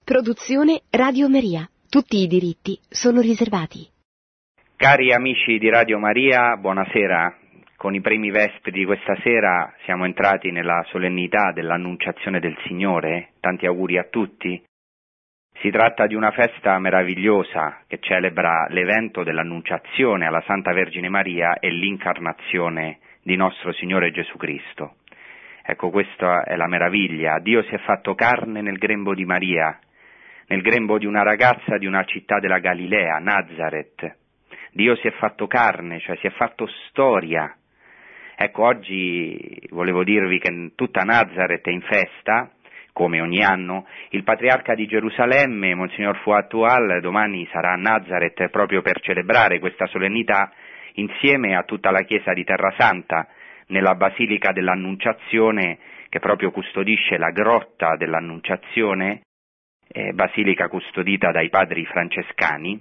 Produzione Radio Maria. Tutti i diritti sono riservati. Cari amici di Radio Maria, buonasera. Con i primi vespri di questa sera siamo entrati nella solennità dell'Annunciazione del Signore. Tanti auguri a tutti. Si tratta di una festa meravigliosa che celebra l'evento dell'Annunciazione alla Santa Vergine Maria e l'incarnazione di nostro Signore Gesù Cristo. Ecco, questa è la meraviglia. Dio si è fatto carne nel grembo di Maria, nel grembo di una ragazza di una città della Galilea, Nazareth. Dio si è fatto carne, cioè si è fatto storia. Ecco, oggi volevo dirvi che tutta Nazareth è in festa, come ogni anno. Il patriarca di Gerusalemme, Monsignor Fouad Toual, domani sarà a Nazareth proprio per celebrare questa solennità insieme a tutta la Chiesa di Terra Santa, nella Basilica dell'Annunciazione, che proprio custodisce la grotta dell'Annunciazione, basilica custodita dai padri francescani,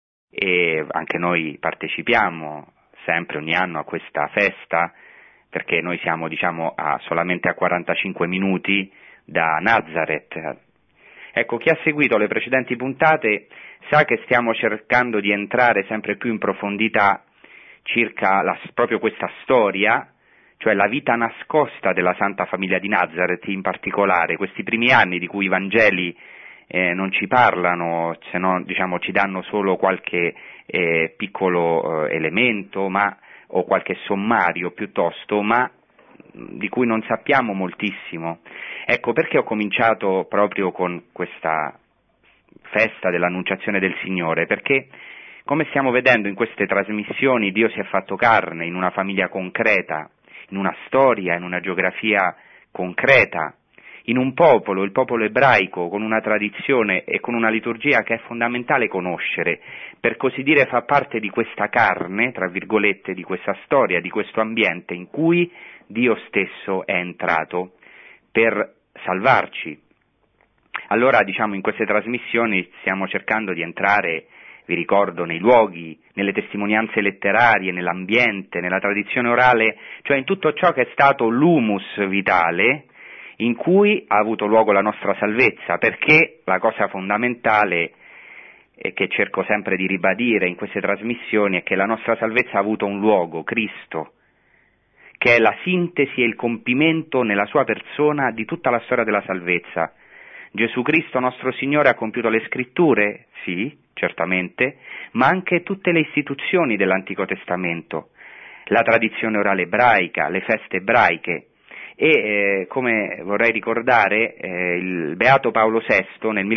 e anche noi partecipiamo sempre ogni anno a questa festa, perché noi siamo solamente a 45 minuti da Nazareth. Ecco, chi ha seguito le precedenti puntate sa che stiamo cercando di entrare sempre più in profondità circa proprio questa storia, cioè la vita nascosta della Santa Famiglia di Nazareth, in particolare questi primi anni di cui i Vangeli non ci parlano, se no ci danno solo qualche piccolo elemento, o qualche sommario piuttosto, ma di cui non sappiamo moltissimo. Ecco perché ho cominciato proprio con questa festa dell'Annunciazione del Signore, perché come stiamo vedendo in queste trasmissioni, Dio si è fatto carne in una famiglia concreta, in una storia, in una geografia concreta, in un popolo, il popolo ebraico, con una tradizione e con una liturgia che è fondamentale conoscere, per così dire fa parte di questa carne, tra virgolette, di questa storia, di questo ambiente in cui Dio stesso è entrato per salvarci. Allora, in queste trasmissioni stiamo cercando di entrare, vi ricordo, nei luoghi, nelle testimonianze letterarie, nell'ambiente, nella tradizione orale, cioè in tutto ciò che è stato l'humus vitale in cui ha avuto luogo la nostra salvezza, perché la cosa fondamentale che cerco sempre di ribadire in queste trasmissioni è che la nostra salvezza ha avuto un luogo, Cristo, che è la sintesi e il compimento nella sua persona di tutta la storia della salvezza. Gesù Cristo nostro Signore ha compiuto le scritture? Sì, certamente, ma anche tutte le istituzioni dell'Antico Testamento, la tradizione orale ebraica, le feste ebraiche. E come vorrei ricordare, il Beato Paolo VI nel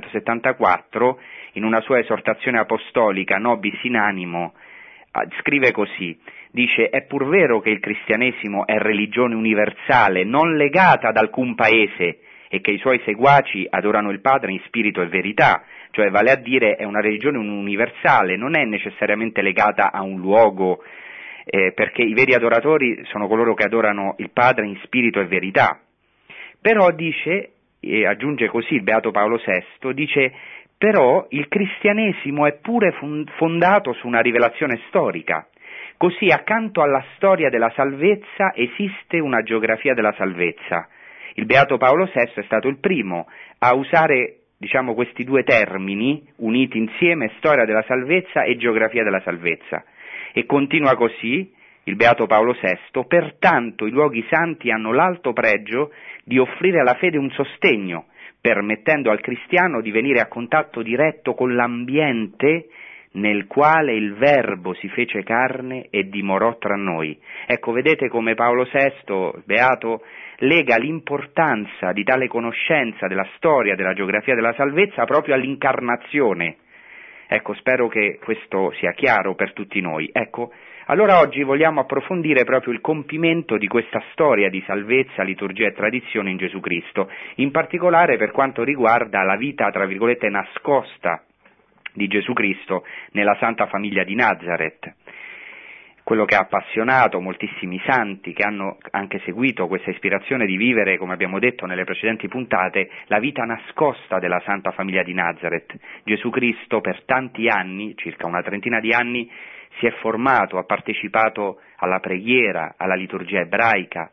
1974, in una sua esortazione apostolica Nobis in Animo, scrive così, dice: è pur vero che il cristianesimo è religione universale, non legata ad alcun paese, e che i suoi seguaci adorano il Padre in spirito e verità, cioè vale a dire è una religione universale, non è necessariamente legata a un luogo, perché i veri adoratori sono coloro che adorano il Padre in spirito e verità. Però dice, e aggiunge così il Beato Paolo VI, dice: però il cristianesimo è pure fondato su una rivelazione storica. Così accanto alla storia della salvezza esiste una geografia della salvezza. Il Beato Paolo VI è stato il primo a usare, questi due termini uniti insieme, storia della salvezza e geografia della salvezza. E continua così il Beato Paolo VI: pertanto i luoghi santi hanno l'alto pregio di offrire alla fede un sostegno, permettendo al cristiano di venire a contatto diretto con l'ambiente nel quale il Verbo si fece carne e dimorò tra noi. Ecco, vedete come Paolo VI, Beato, lega l'importanza di tale conoscenza della storia, della geografia della salvezza proprio all'incarnazione. Ecco, spero che questo sia chiaro per tutti noi. Ecco, allora oggi vogliamo approfondire proprio il compimento di questa storia di salvezza, liturgia e tradizione in Gesù Cristo, in particolare per quanto riguarda la vita, tra virgolette, nascosta di Gesù Cristo nella Santa Famiglia di Nazareth. Quello che ha appassionato moltissimi santi che hanno anche seguito questa ispirazione di vivere, come abbiamo detto nelle precedenti puntate, la vita nascosta della Santa Famiglia di Nazareth. Gesù Cristo per tanti anni, circa una trentina di anni, si è formato, ha partecipato alla preghiera, alla liturgia ebraica,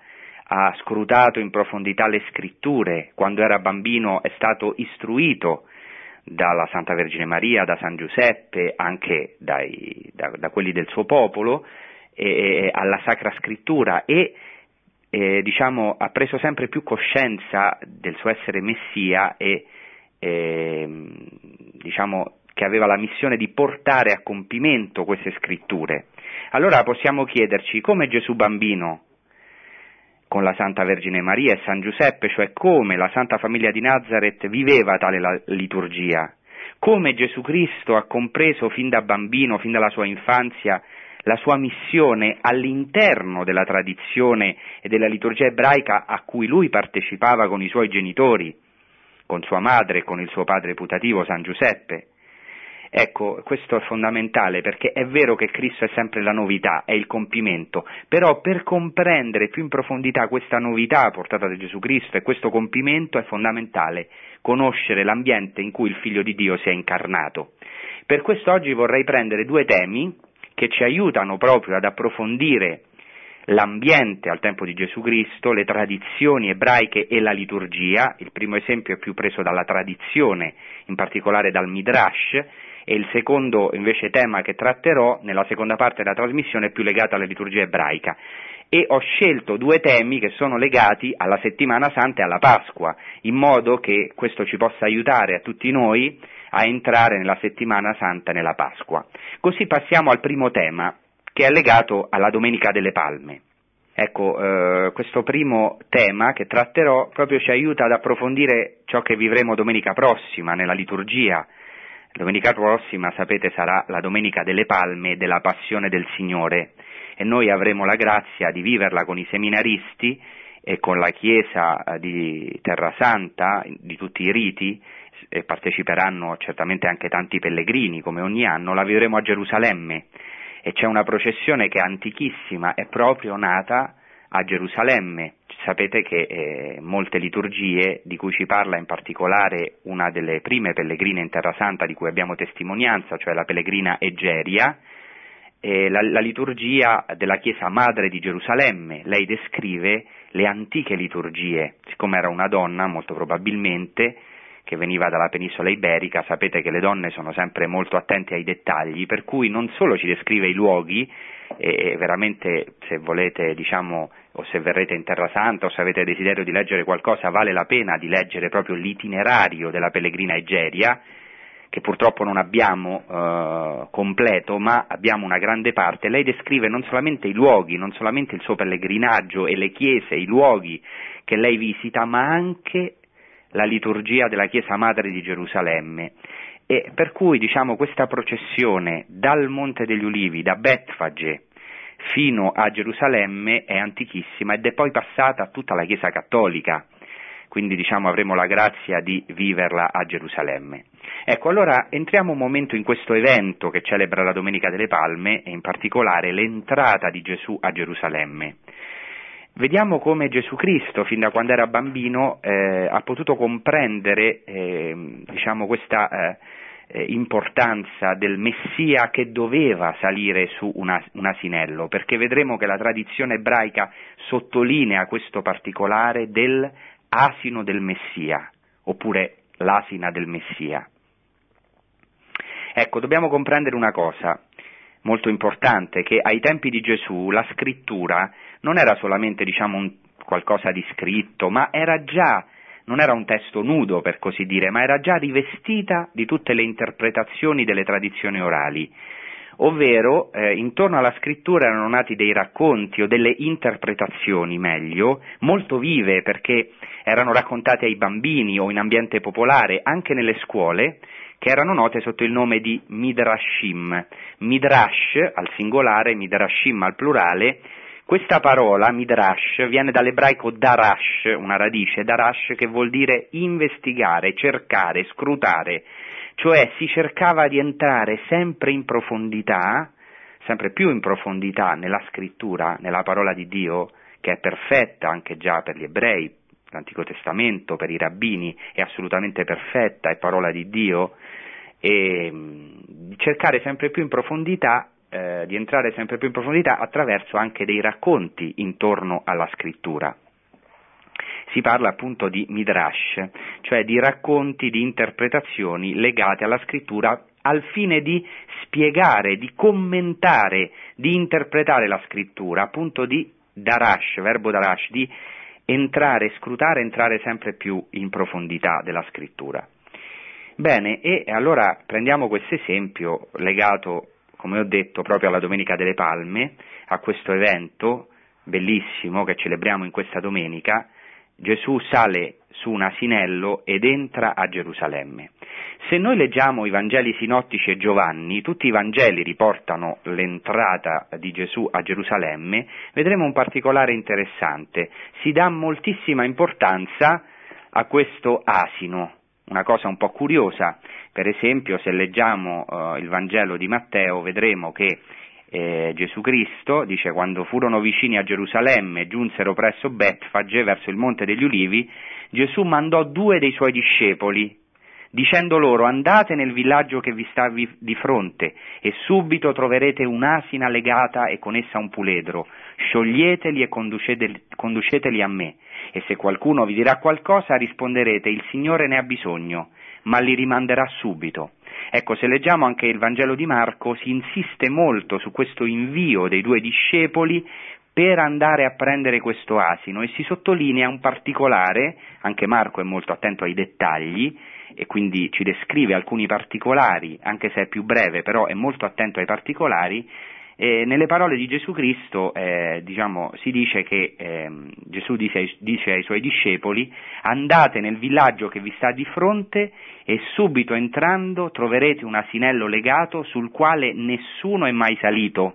ha scrutato in profondità le scritture, quando era bambino è stato istruito dalla Santa Vergine Maria, da San Giuseppe, anche da quelli del suo popolo, alla Sacra Scrittura e ha preso sempre più coscienza del suo essere Messia e che aveva la missione di portare a compimento queste scritture. Allora possiamo chiederci come Gesù bambino con la Santa Vergine Maria e San Giuseppe, cioè come la Santa Famiglia di Nazareth viveva tale liturgia, come Gesù Cristo ha compreso fin da bambino, fin dalla sua infanzia, la sua missione all'interno della tradizione e della liturgia ebraica a cui lui partecipava con i suoi genitori, con sua madre e con il suo padre putativo San Giuseppe. Ecco, questo è fondamentale perché è vero che Cristo è sempre la novità, è il compimento, però per comprendere più in profondità questa novità portata da Gesù Cristo e questo compimento è fondamentale conoscere l'ambiente in cui il Figlio di Dio si è incarnato. Per questo oggi vorrei prendere due temi che ci aiutano proprio ad approfondire l'ambiente al tempo di Gesù Cristo, le tradizioni ebraiche e la liturgia. Il primo esempio è più preso dalla tradizione, in particolare dal Midrash, e il secondo invece tema che tratterò nella seconda parte della trasmissione è più legato alla liturgia ebraica. E ho scelto due temi che sono legati alla Settimana Santa e alla Pasqua, in modo che questo ci possa aiutare a tutti noi a entrare nella Settimana Santa e nella Pasqua. Così passiamo al primo tema, che è legato alla Domenica delle Palme. Ecco, questo primo tema che tratterò proprio ci aiuta ad approfondire ciò che vivremo domenica prossima nella liturgia. Domenica prossima, sapete, sarà la Domenica delle Palme della Passione del Signore e noi avremo la grazia di viverla con i seminaristi e con la Chiesa di Terra Santa, di tutti i riti, e parteciperanno certamente anche tanti pellegrini come ogni anno. La vivremo a Gerusalemme e c'è una processione che è antichissima, è proprio nata a Gerusalemme. Sapete che molte liturgie, di cui ci parla in particolare una delle prime pellegrine in Terra Santa di cui abbiamo testimonianza, cioè la pellegrina Egeria, la liturgia della Chiesa Madre di Gerusalemme. Lei descrive le antiche liturgie, siccome era una donna molto probabilmente che veniva dalla penisola iberica. Sapete che le donne sono sempre molto attente ai dettagli, per cui non solo ci descrive i luoghi, e veramente, se volete, o se verrete in Terra Santa o se avete desiderio di leggere qualcosa, vale la pena di leggere proprio l'itinerario della pellegrina Egeria, che purtroppo non abbiamo completo, ma abbiamo una grande parte. Lei descrive non solamente i luoghi, non solamente il suo pellegrinaggio e le chiese, i luoghi che lei visita, ma anche la liturgia della Chiesa Madre di Gerusalemme. E per cui questa processione dal Monte degli Ulivi, da Betfage fino a Gerusalemme, è antichissima ed è poi passata a tutta la Chiesa cattolica, quindi avremo la grazia di viverla a Gerusalemme. Ecco, allora entriamo un momento in questo evento che celebra la Domenica delle Palme e in particolare l'entrata di Gesù a Gerusalemme. Vediamo come Gesù Cristo, fin da quando era bambino, ha potuto comprendere questa importanza del Messia che doveva salire su un asinello, perché vedremo che la tradizione ebraica sottolinea questo particolare del asino del Messia, oppure l'asina del Messia. Ecco, dobbiamo comprendere una cosa molto importante, che ai tempi di Gesù la scrittura non era solamente qualcosa di scritto, ma non era un testo nudo, per così dire, ma era già rivestita di tutte le interpretazioni delle tradizioni orali, ovvero intorno alla scrittura erano nati dei racconti o delle interpretazioni, meglio, molto vive, perché erano raccontate ai bambini o in ambiente popolare, anche nelle scuole, che erano note sotto il nome di Midrashim. Midrash al singolare, Midrashim al plurale. Questa parola, Midrash, viene dall'ebraico darash, una radice, darash, che vuol dire investigare, cercare, scrutare, cioè si cercava di entrare sempre in profondità, sempre più in profondità nella scrittura, nella parola di Dio, che è perfetta anche già per gli ebrei. L'Antico Testamento per i rabbini è assolutamente perfetta, è parola di Dio, e cercare sempre più in profondità, di entrare sempre più in profondità attraverso anche dei racconti intorno alla scrittura. si parla appunto di midrash, cioè di racconti, di interpretazioni legate alla scrittura al fine di spiegare, di commentare, di interpretare la scrittura, appunto di darash, verbo darash, di entrare, scrutare, entrare sempre più in profondità della scrittura. Bene, e allora prendiamo questo esempio legato, come ho detto, proprio alla Domenica delle Palme, a questo evento bellissimo che celebriamo in questa domenica. Gesù sale su un asinello ed entra a Gerusalemme. Se noi leggiamo i Vangeli sinottici e Giovanni, tutti i Vangeli riportano l'entrata di Gesù a Gerusalemme, vedremo un particolare interessante. Si dà moltissima importanza a questo asino, una cosa un po' curiosa. Per esempio, se leggiamo il Vangelo di Matteo, vedremo che Gesù Cristo dice: quando furono vicini a Gerusalemme e giunsero presso Betfage verso il Monte degli Ulivi, Gesù mandò 2 dei suoi discepoli, dicendo loro: andate nel villaggio che vi sta di fronte e subito troverete un'asina legata e con essa un puledro, scioglieteli e conduceteli a me, e se qualcuno vi dirà qualcosa risponderete: il Signore ne ha bisogno, ma li rimanderà subito. Ecco, se leggiamo anche il Vangelo di Marco, si insiste molto su questo invio dei 2 discepoli per andare a prendere questo asino, e si sottolinea un particolare. Anche Marco è molto attento ai dettagli e quindi ci descrive alcuni particolari, anche se è più breve, però è molto attento ai particolari. Nelle parole di Gesù Cristo si dice che Gesù dice ai suoi discepoli: andate nel villaggio che vi sta di fronte e subito entrando troverete un asinello legato sul quale nessuno è mai salito.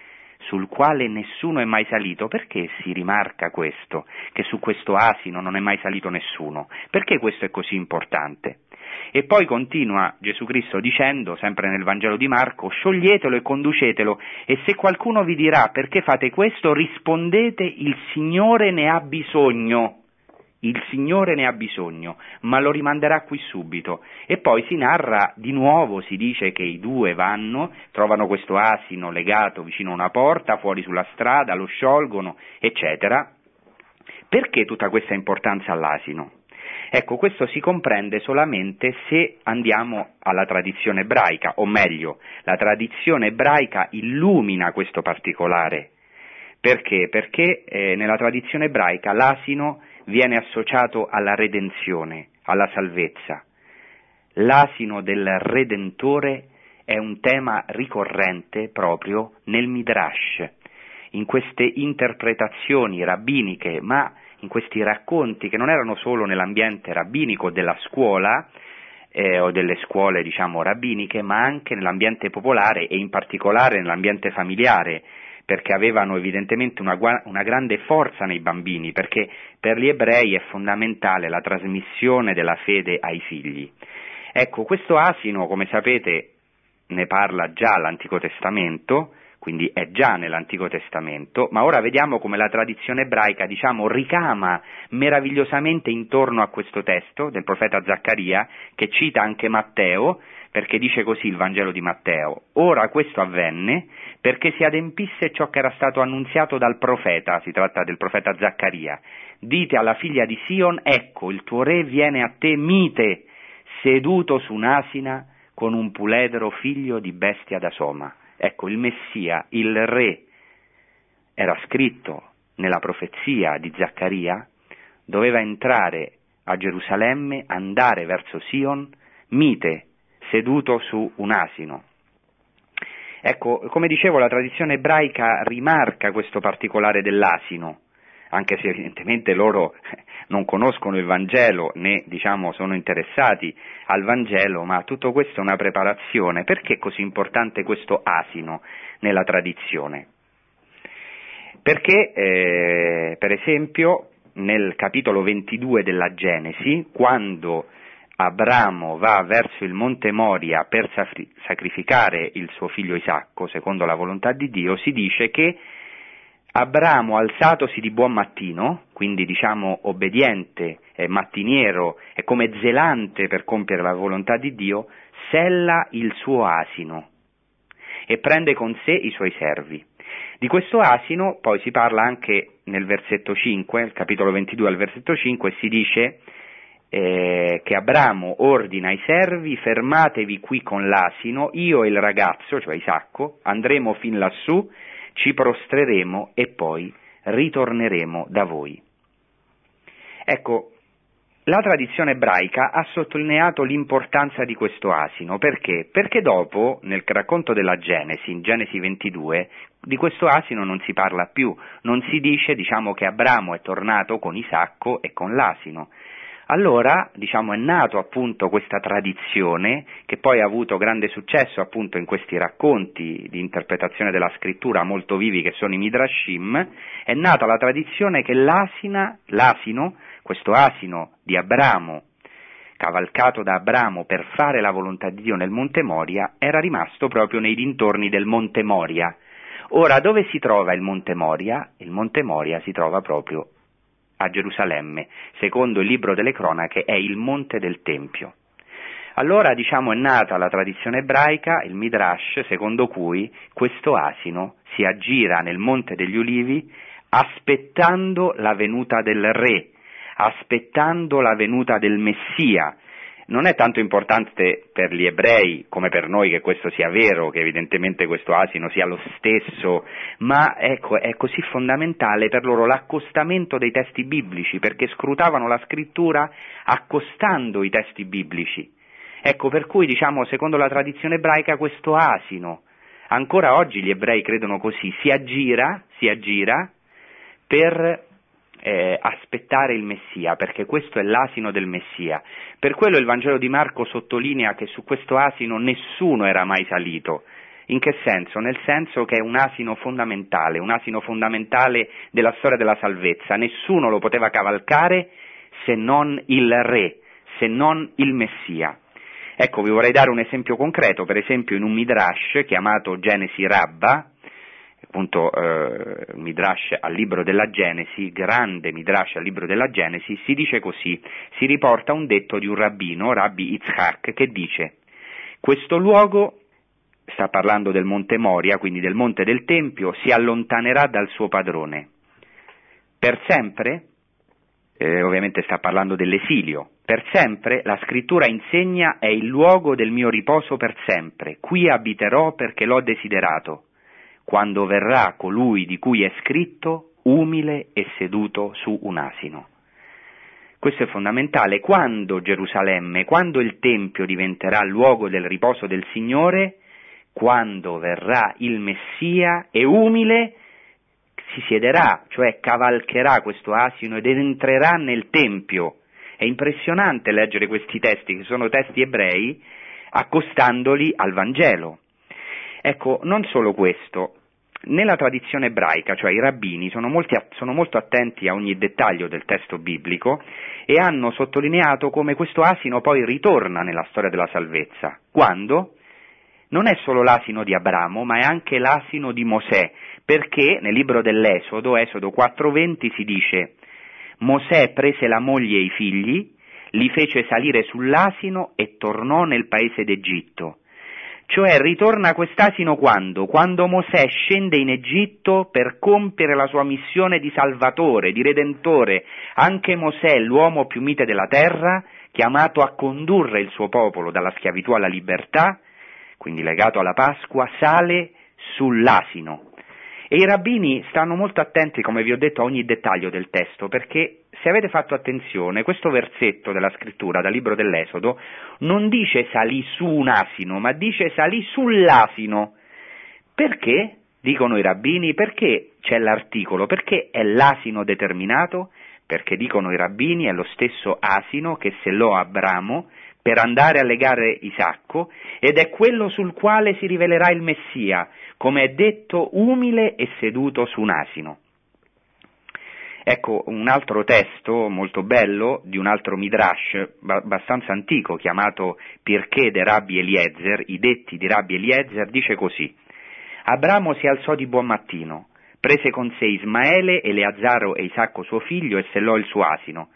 Sul quale nessuno è mai salito. Perché si rimarca questo? Che su questo asino non è mai salito nessuno? Perché questo è così importante? E poi continua Gesù Cristo dicendo, sempre nel Vangelo di Marco: scioglietelo e conducetelo, e se qualcuno vi dirà perché fate questo, rispondete: il Signore ne ha bisogno. Il Signore ne ha bisogno, ma lo rimanderà qui subito. E poi si narra di nuovo, si dice che i 2 vanno, trovano questo asino legato vicino a una porta, fuori sulla strada, lo sciolgono, eccetera. Perché tutta questa importanza all'asino? Ecco, questo si comprende solamente se andiamo alla tradizione ebraica, o meglio, la tradizione ebraica illumina questo particolare. Perché? Perché nella tradizione ebraica l'asino viene associato alla redenzione, alla salvezza. L'asino del Redentore è un tema ricorrente proprio nel Midrash, in queste interpretazioni rabbiniche, ma in questi racconti che non erano solo nell'ambiente rabbinico della scuola o delle scuole, rabbiniche, ma anche nell'ambiente popolare e in particolare nell'ambiente familiare, perché avevano evidentemente una grande forza nei bambini, perché per gli ebrei è fondamentale la trasmissione della fede ai figli. Ecco, questo asino, come sapete, ne parla già l'Antico Testamento, quindi è già nell'Antico Testamento, ma ora vediamo come la tradizione ebraica, ricama meravigliosamente intorno a questo testo del profeta Zaccaria, che cita anche Matteo, perché dice così il Vangelo di Matteo: ora questo avvenne perché si adempisse ciò che era stato annunziato dal profeta, si tratta del profeta Zaccaria: dite alla figlia di Sion, ecco il tuo re viene a te mite, seduto su un'asina con un puledro figlio di bestia da soma. Ecco, il Messia, il re, era scritto nella profezia di Zaccaria, doveva entrare a Gerusalemme, andare verso Sion, mite, seduto su un asino. Ecco, come dicevo, la tradizione ebraica rimarca questo particolare dell'asino, anche se evidentemente loro non conoscono il Vangelo né, sono interessati al Vangelo, ma tutto questo è una preparazione. Perché è così importante questo asino nella tradizione? Perché, per esempio, nel capitolo 22 della Genesi, quando Abramo va verso il Monte Moria per sacrificare il suo figlio Isacco, secondo la volontà di Dio, si dice che Abramo, alzatosi di buon mattino, quindi obbediente, mattiniero e come zelante per compiere la volontà di Dio, sella il suo asino e prende con sé i suoi servi. Di questo asino poi si parla anche nel versetto 5, il capitolo 22 al versetto 5, si dice che Abramo ordina ai servi: fermatevi qui con l'asino, io e il ragazzo, cioè Isacco, andremo fin lassù, ci prostreremo e poi ritorneremo da voi. Ecco, la tradizione ebraica ha sottolineato l'importanza di questo asino. Perché? Perché dopo, nel racconto della Genesi, in Genesi 22, di questo asino non si parla più, non si dice, che Abramo è tornato con Isacco e con l'asino. Allora, è nato appunto questa tradizione, che poi ha avuto grande successo appunto in questi racconti di interpretazione della scrittura molto vivi che sono i Midrashim. È nata la tradizione che l'asino, questo asino di Abramo, cavalcato da Abramo per fare la volontà di Dio nel Monte Moria, era rimasto proprio nei dintorni del Monte Moria. Ora, dove si trova il Monte Moria? Il Monte Moria si trova proprio a Gerusalemme, secondo il libro delle cronache è il Monte del Tempio. Allora, è nata la tradizione ebraica, il Midrash, secondo cui questo asino si aggira nel Monte degli Ulivi aspettando la venuta del Re, aspettando la venuta del Messia. Non è tanto importante per gli ebrei come per noi che questo sia vero, che evidentemente questo asino sia lo stesso, ma ecco, è così fondamentale per loro l'accostamento dei testi biblici, perché scrutavano la scrittura accostando i testi biblici. Ecco, per cui, secondo la tradizione ebraica, questo asino, ancora oggi gli ebrei credono così, si aggira per aspettare il Messia, perché questo è l'asino del Messia. Per quello il Vangelo di Marco sottolinea che su questo asino nessuno era mai salito. In che senso? Nel senso che è un asino fondamentale della storia della salvezza. Nessuno lo poteva cavalcare se non il Re, se non il Messia. Ecco, vi vorrei dare un esempio concreto, per esempio in un Midrash chiamato Genesi Rabba, appunto Midrash al libro della Genesi, grande Midrash al libro della Genesi, si dice così, si riporta un detto di un rabbino, Rabbi Yitzhak, che dice: questo luogo, sta parlando del Monte Moria, quindi del Monte del Tempio, si allontanerà dal suo padrone. Per sempre, ovviamente sta parlando dell'esilio, per sempre la scrittura insegna è il luogo del mio riposo per sempre, qui abiterò perché l'ho desiderato. Quando verrà colui di cui è scritto, umile e seduto su un asino. Questo è fondamentale. Quando Gerusalemme, quando il Tempio diventerà luogo del riposo del Signore, quando verrà il Messia e umile si siederà, cioè cavalcherà questo asino ed entrerà nel Tempio. È impressionante leggere questi testi, che sono testi ebrei, accostandoli al Vangelo. Ecco, non solo questo, nella tradizione ebraica, cioè i rabbini, sono molto attenti a ogni dettaglio del testo biblico e hanno sottolineato come questo asino poi ritorna nella storia della salvezza. Quando? Non è solo l'asino di Abramo, ma è anche l'asino di Mosè, perché nel libro dell'Esodo, Esodo 4:20, si dice: Mosè prese la moglie e i figli, li fece salire sull'asino e tornò nel paese d'Egitto. Cioè ritorna quest'asino quando? Quando Mosè scende in Egitto per compiere la sua missione di salvatore, di redentore. Anche Mosè, l'uomo più mite della terra, chiamato a condurre il suo popolo dalla schiavitù alla libertà, quindi legato alla Pasqua, sale sull'asino. E i rabbini stanno molto attenti, come vi ho detto, a ogni dettaglio del testo, perché se avete fatto attenzione, questo versetto della scrittura, dal libro dell'Esodo, non dice salì su un asino, ma dice salì sull'asino. Perché? Dicono i rabbini, perché c'è l'articolo? Perché è l'asino determinato? Perché dicono i rabbini è lo stesso asino che sellò Abramo per andare a legare Isacco, ed è quello sul quale si rivelerà il Messia, come è detto, umile e seduto su un asino. Ecco un altro testo molto bello di un altro Midrash abbastanza antico chiamato Pirkei de Rabbi Eliezer, i detti di Rabbi Eliezer, dice così: Abramo si alzò di buon mattino, prese con sé Ismaele, Eleazaro e Isacco suo figlio e sellò il suo asino.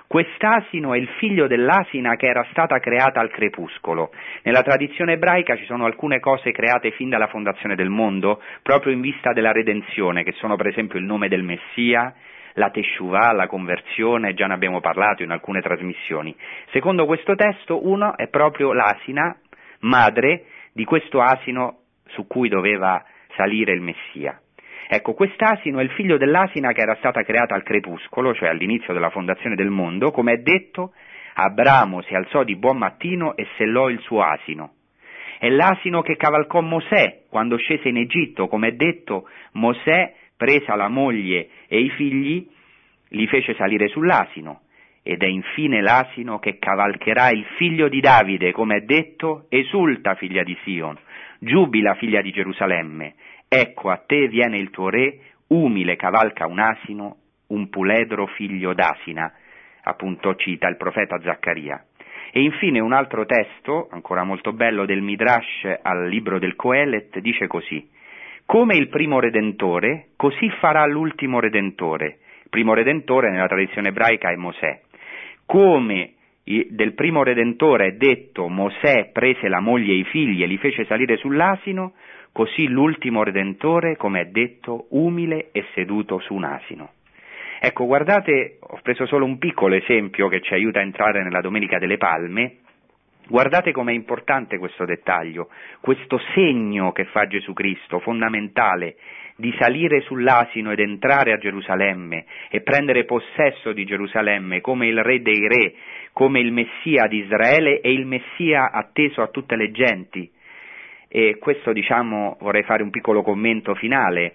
Quest'asino è il figlio dell'asina che era stata creata al crepuscolo. Nella tradizione ebraica ci sono alcune cose create fin dalla fondazione del mondo, proprio in vista della redenzione, che sono per esempio il nome del Messia, la Teshuvah, la conversione, già ne abbiamo parlato in alcune trasmissioni. Secondo questo testo, uno è proprio l'asina, madre di questo asino su cui doveva salire il Messia. Ecco, quest'asino è il figlio dell'asina che era stata creata al crepuscolo, cioè all'inizio della fondazione del mondo. Come è detto, Abramo si alzò di buon mattino e sellò il suo asino. È l'asino che cavalcò Mosè quando scese in Egitto. Come è detto, Mosè, presa la moglie e i figli, li fece salire sull'asino. Ed è infine l'asino che cavalcherà il figlio di Davide. Come è detto, esulta figlia di Sion, giubila figlia di Gerusalemme. Ecco, a te viene il tuo re, umile cavalca un asino, un puledro figlio d'asina, appunto cita il profeta Zaccaria. E infine un altro testo, ancora molto bello, del Midrash al libro del Coelet, dice così: come il primo redentore, così farà l'ultimo redentore. Il primo redentore nella tradizione ebraica è Mosè. Come del primo redentore è detto Mosè prese la moglie e i figli e li fece salire sull'asino, così l'ultimo redentore, come è detto, umile e seduto su un asino. Ecco, guardate, ho preso solo un piccolo esempio che ci aiuta a entrare nella Domenica delle Palme. Guardate com'è importante questo dettaglio, questo segno che fa Gesù Cristo, fondamentale, di salire sull'asino ed entrare a Gerusalemme e prendere possesso di Gerusalemme come il Re dei Re, come il Messia di Israele e il Messia atteso a tutte le genti. E questo, vorrei fare un piccolo commento finale.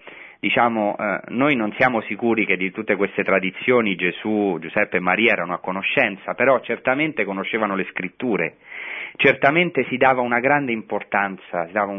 Noi non siamo sicuri che di tutte queste tradizioni Gesù, Giuseppe e Maria erano a conoscenza, però certamente conoscevano le scritture, certamente si dava una grande importanza,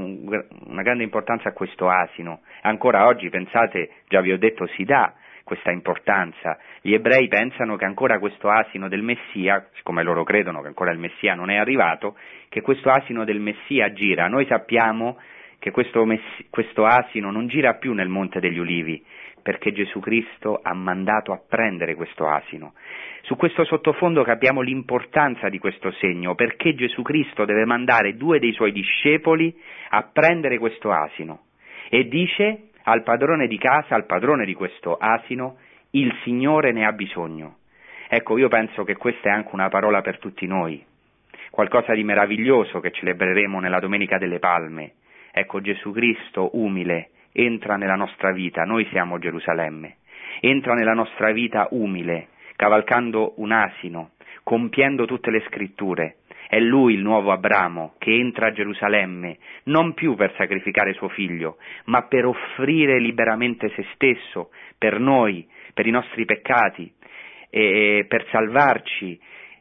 a questo asino. Ancora oggi, pensate, già vi ho detto, si dà questa importanza. Gli ebrei pensano che ancora questo asino del Messia, siccome loro credono che ancora il Messia non è arrivato, che questo asino del Messia gira. Noi sappiamo che questo asino non gira più nel Monte degli Ulivi, perché Gesù Cristo ha mandato a prendere questo asino. Su questo sottofondo capiamo l'importanza di questo segno, perché Gesù Cristo deve mandare 2 dei suoi discepoli a prendere questo asino. E dice al padrone di casa, al padrone di questo asino, il Signore ne ha bisogno. Ecco, io penso che questa è anche una parola per tutti noi, qualcosa di meraviglioso che celebreremo nella Domenica delle Palme. Ecco, Gesù Cristo umile entra nella nostra vita, noi siamo Gerusalemme, entra nella nostra vita umile, cavalcando un asino, compiendo tutte le scritture. È Lui il nuovo Abramo che entra a Gerusalemme, non più per sacrificare suo figlio, ma per offrire liberamente se stesso, per noi, per i nostri peccati, e per salvarci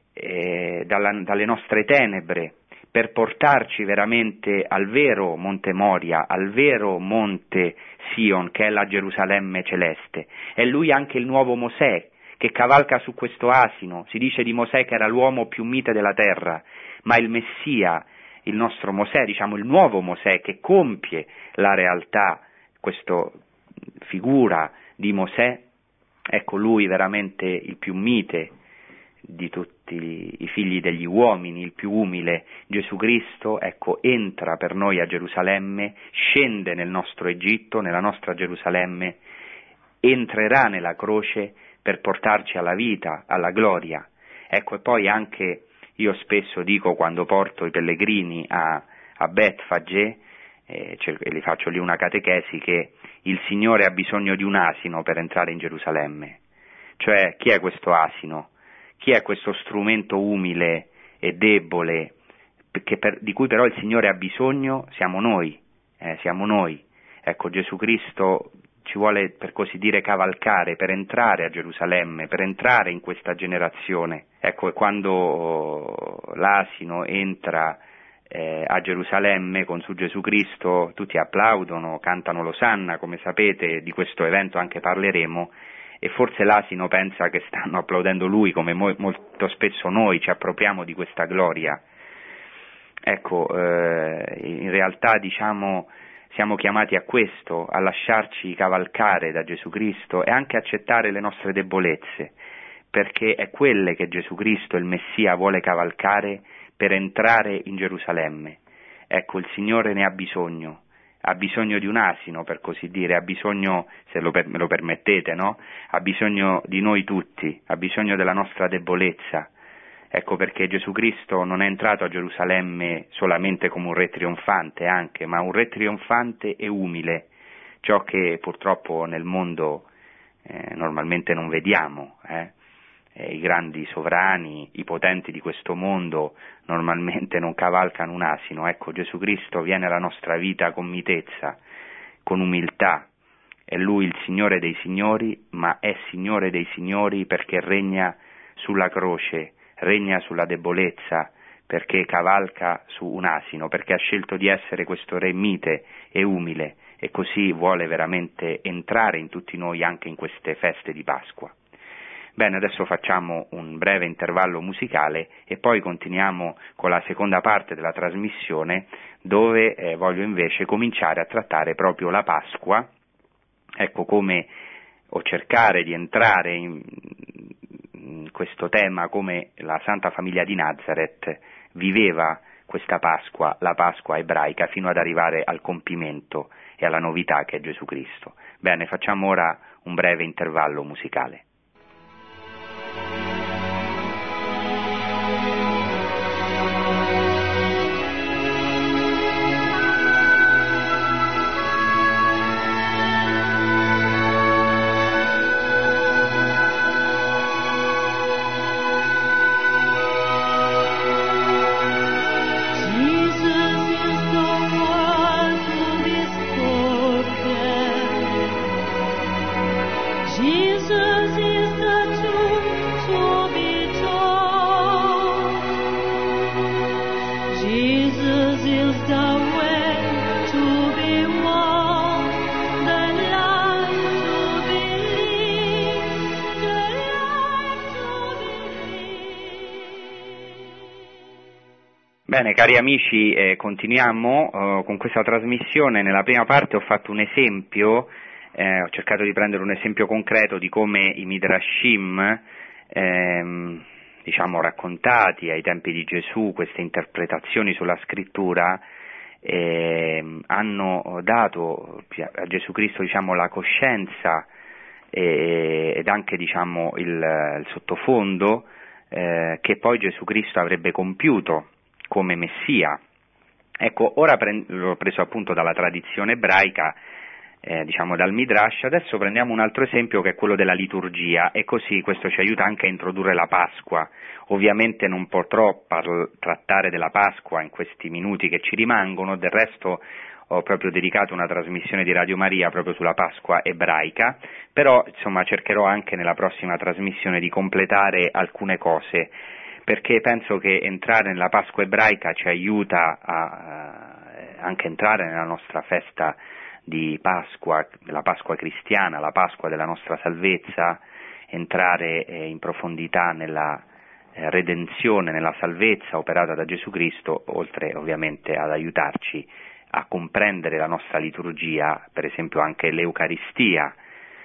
dalle nostre tenebre, per portarci veramente al vero Monte Moria, al vero Monte Sion, che è la Gerusalemme celeste. È Lui anche il nuovo Mosè, che cavalca su questo asino. Si dice di Mosè che era l'uomo più mite della terra, ma il Messia, il nostro Mosè, il nuovo Mosè, che compie la realtà, questa figura di Mosè, ecco Lui veramente il più mite di tutti i figli degli uomini, il più umile. Gesù Cristo, ecco, entra per noi a Gerusalemme, scende nel nostro Egitto, nella nostra Gerusalemme, entrerà nella croce per portarci alla vita, alla gloria. Ecco, e poi anche io spesso dico, quando porto i pellegrini a Betfage, e li faccio lì una catechesi, che il Signore ha bisogno di un asino per entrare in Gerusalemme. Cioè, chi è questo asino? Chi è questo strumento umile e debole, di cui però il Signore ha bisogno? Siamo noi. Ecco, Gesù Cristo ci vuole, per così dire, cavalcare per entrare a Gerusalemme, per entrare in questa generazione. Ecco, e quando l'asino entra a Gerusalemme con su Gesù Cristo, tutti applaudono, cantano l'Osanna, come sapete, di questo evento anche parleremo, e forse l'asino pensa che stanno applaudendo lui, come molto spesso noi ci appropriamo di questa gloria. Ecco, in realtà siamo chiamati a questo, a lasciarci cavalcare da Gesù Cristo e anche accettare le nostre debolezze, perché è quelle che Gesù Cristo, il Messia, vuole cavalcare per entrare in Gerusalemme. Ecco, il Signore ne ha bisogno di un asino, per così dire, ha bisogno, se me lo permettete, no? Ha bisogno di noi tutti, ha bisogno della nostra debolezza. Ecco perché Gesù Cristo non è entrato a Gerusalemme solamente come un re trionfante anche, ma un re trionfante e umile, ciò che purtroppo nel mondo normalmente non vediamo. I grandi sovrani, i potenti di questo mondo normalmente non cavalcano un asino. Ecco, Gesù Cristo viene alla nostra vita con mitezza, con umiltà. È Lui il Signore dei Signori, ma è Signore dei Signori perché regna sulla croce, regna sulla debolezza, perché cavalca su un asino, perché ha scelto di essere questo Re mite e umile, e così vuole veramente entrare in tutti noi anche in queste feste di Pasqua. Bene, adesso facciamo un breve intervallo musicale e poi continuiamo con la seconda parte della trasmissione, dove voglio invece cominciare a trattare proprio la Pasqua, ecco come o cercare di entrare in questo tema, come la Santa Famiglia di Nazareth viveva questa Pasqua, la Pasqua ebraica, fino ad arrivare al compimento e alla novità che è Gesù Cristo. Bene, facciamo ora un breve intervallo musicale. Bene, cari amici, continuiamo con questa trasmissione. Nella prima parte ho fatto un esempio, ho cercato di prendere un esempio concreto di come i Midrashim, raccontati ai tempi di Gesù, queste interpretazioni sulla scrittura, hanno dato a Gesù Cristo, la coscienza ed anche, il sottofondo che poi Gesù Cristo avrebbe compiuto come Messia. Ecco, ora l'ho preso appunto dalla tradizione ebraica, dal Midrash. Adesso prendiamo un altro esempio che è quello della liturgia, e così questo ci aiuta anche a introdurre la Pasqua. Ovviamente non potrò trattare della Pasqua in questi minuti che ci rimangono, del resto ho proprio dedicato una trasmissione di Radio Maria proprio sulla Pasqua ebraica, però cercherò anche nella prossima trasmissione di completare alcune cose, perché penso che entrare nella Pasqua ebraica ci aiuta a anche entrare nella nostra festa di Pasqua, la Pasqua cristiana, la Pasqua della nostra salvezza, entrare in profondità nella redenzione, nella salvezza operata da Gesù Cristo, oltre ovviamente ad aiutarci a comprendere la nostra liturgia, per esempio anche l'Eucaristia,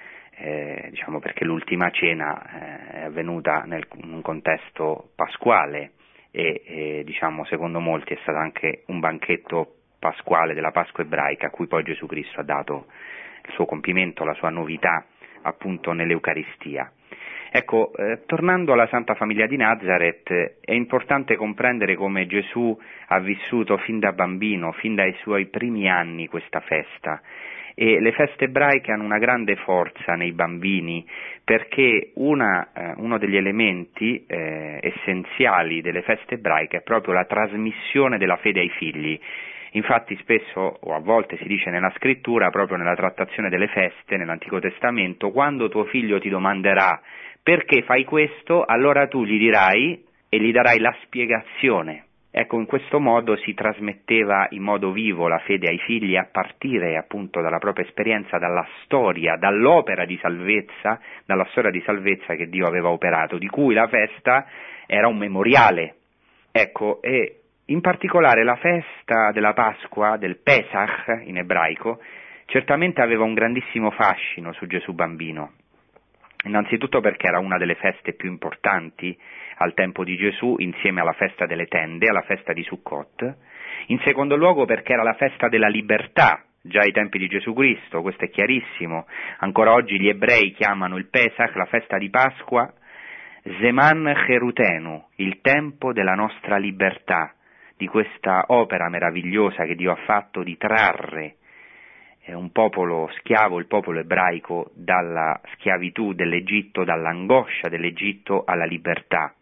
perché l'ultima cena è avvenuta in un contesto pasquale e secondo molti è stato anche un banchetto pasquale della Pasqua ebraica, a cui poi Gesù Cristo ha dato il suo compimento, la sua novità appunto nell'Eucaristia. Ecco, tornando alla Santa Famiglia di Nazareth, è importante comprendere come Gesù ha vissuto fin da bambino, fin dai suoi primi anni questa festa. E le feste ebraiche hanno una grande forza nei bambini, perché uno degli elementi essenziali delle feste ebraiche è proprio la trasmissione della fede ai figli. Infatti spesso o a volte si dice nella scrittura, proprio nella trattazione delle feste nell'Antico Testamento, quando tuo figlio ti domanderà perché fai questo, allora tu gli dirai e gli darai la spiegazione. Ecco, in questo modo si trasmetteva in modo vivo la fede ai figli a partire appunto dalla propria esperienza, dalla storia, dall'opera di salvezza, dalla storia di salvezza che Dio aveva operato, di cui la festa era un memoriale. Ecco, e in particolare la festa della Pasqua, del Pesach in ebraico, certamente aveva un grandissimo fascino su Gesù bambino. Innanzitutto perché era una delle feste più importanti al tempo di Gesù, insieme alla festa delle tende, alla festa di Sukkot. In secondo luogo perché era la festa della libertà, già ai tempi di Gesù Cristo, questo è chiarissimo. Ancora oggi gli ebrei chiamano il Pesach, la festa di Pasqua, Zeman Cherutenu, il tempo della nostra libertà, di questa opera meravigliosa che Dio ha fatto di trarre un popolo schiavo, il popolo ebraico, dalla schiavitù dell'Egitto, dall'angoscia dell'Egitto alla libertà.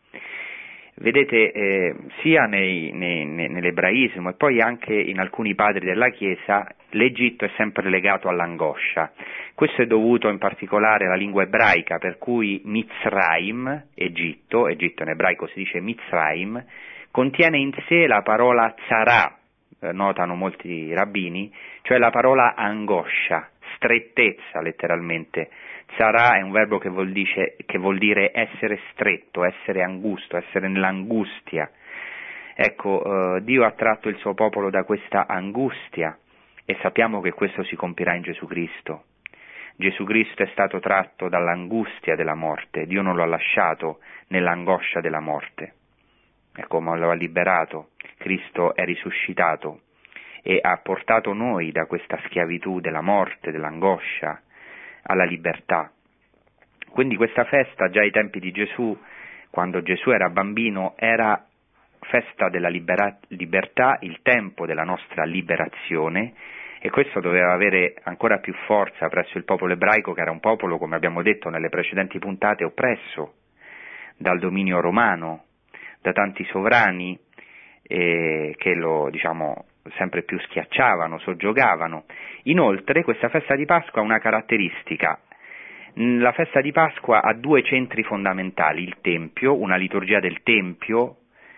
Vedete, sia nell'ebraismo e poi anche in alcuni padri della Chiesa, l'Egitto è sempre legato all'angoscia. Questo è dovuto in particolare alla lingua ebraica, per cui Mitzrayim, Egitto in ebraico si dice Mitzrayim, contiene in sé la parola tzara, notano molti rabbini, cioè la parola angoscia, strettezza letteralmente. Tzara è un verbo che vuol dire essere stretto, essere angusto, essere nell'angustia. Ecco, Dio ha tratto il suo popolo da questa angustia e sappiamo che questo si compirà in Gesù Cristo. Gesù Cristo è stato tratto dall'angustia della morte, Dio non lo ha lasciato nell'angoscia della morte. Ecco, ma lo ha liberato, Cristo è risuscitato e ha portato noi da questa schiavitù della morte, dell'angoscia, alla libertà. Quindi questa festa, già ai tempi di Gesù, quando Gesù era bambino, era festa della libertà, il tempo della nostra liberazione, e questo doveva avere ancora più forza presso il popolo ebraico, che era un popolo, come abbiamo detto nelle precedenti puntate, oppresso dal dominio romano, da tanti sovrani che lo, sempre più schiacciavano, soggiogavano. Inoltre questa festa di Pasqua ha una caratteristica. La festa di Pasqua ha due centri fondamentali: il Tempio, una liturgia del Tempio,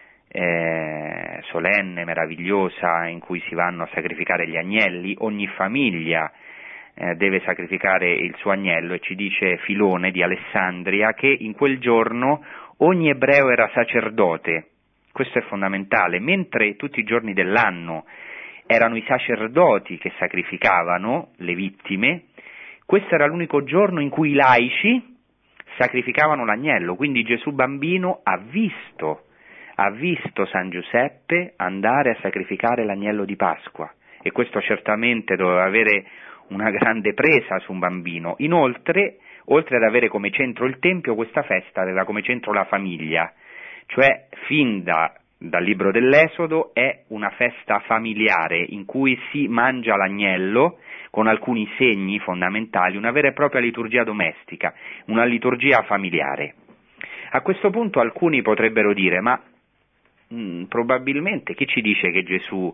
solenne, meravigliosa, in cui si vanno a sacrificare gli agnelli, ogni famiglia deve sacrificare il suo agnello, e ci dice Filone di Alessandria che in quel giorno ogni ebreo era sacerdote. Questo è fondamentale, mentre tutti i giorni dell'anno erano i sacerdoti che sacrificavano le vittime, questo era l'unico giorno in cui i laici sacrificavano l'agnello. Quindi Gesù bambino ha visto San Giuseppe andare a sacrificare l'agnello di Pasqua, e questo certamente doveva avere una grande presa su un bambino. Inoltre, oltre ad avere come centro il Tempio, questa festa aveva come centro la famiglia, cioè fin dal libro dell'Esodo è una festa familiare in cui si mangia l'agnello con alcuni segni fondamentali, una vera e propria liturgia domestica, una liturgia familiare. A questo punto alcuni potrebbero dire, ma probabilmente chi ci dice che Gesù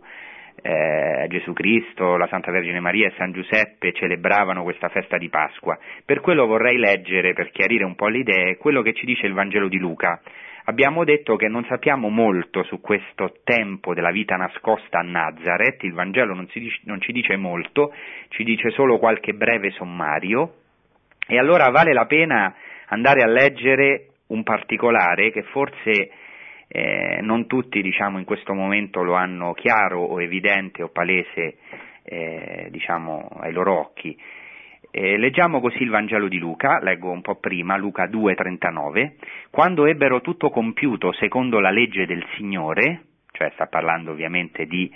Cristo, la Santa Vergine Maria e San Giuseppe celebravano questa festa di Pasqua? Per quello vorrei leggere, per chiarire un po' le idee, quello che ci dice il Vangelo di Luca. Abbiamo detto che non sappiamo molto su questo tempo della vita nascosta a Nazareth, il Vangelo non ci dice molto, ci dice solo qualche breve sommario, e allora vale la pena andare a leggere un particolare che forse non tutti in questo momento lo hanno chiaro o evidente o palese ai loro occhi. Leggiamo così il Vangelo di Luca, leggo un po' prima, Luca 2,39, quando ebbero tutto compiuto secondo la legge del Signore, cioè sta parlando ovviamente di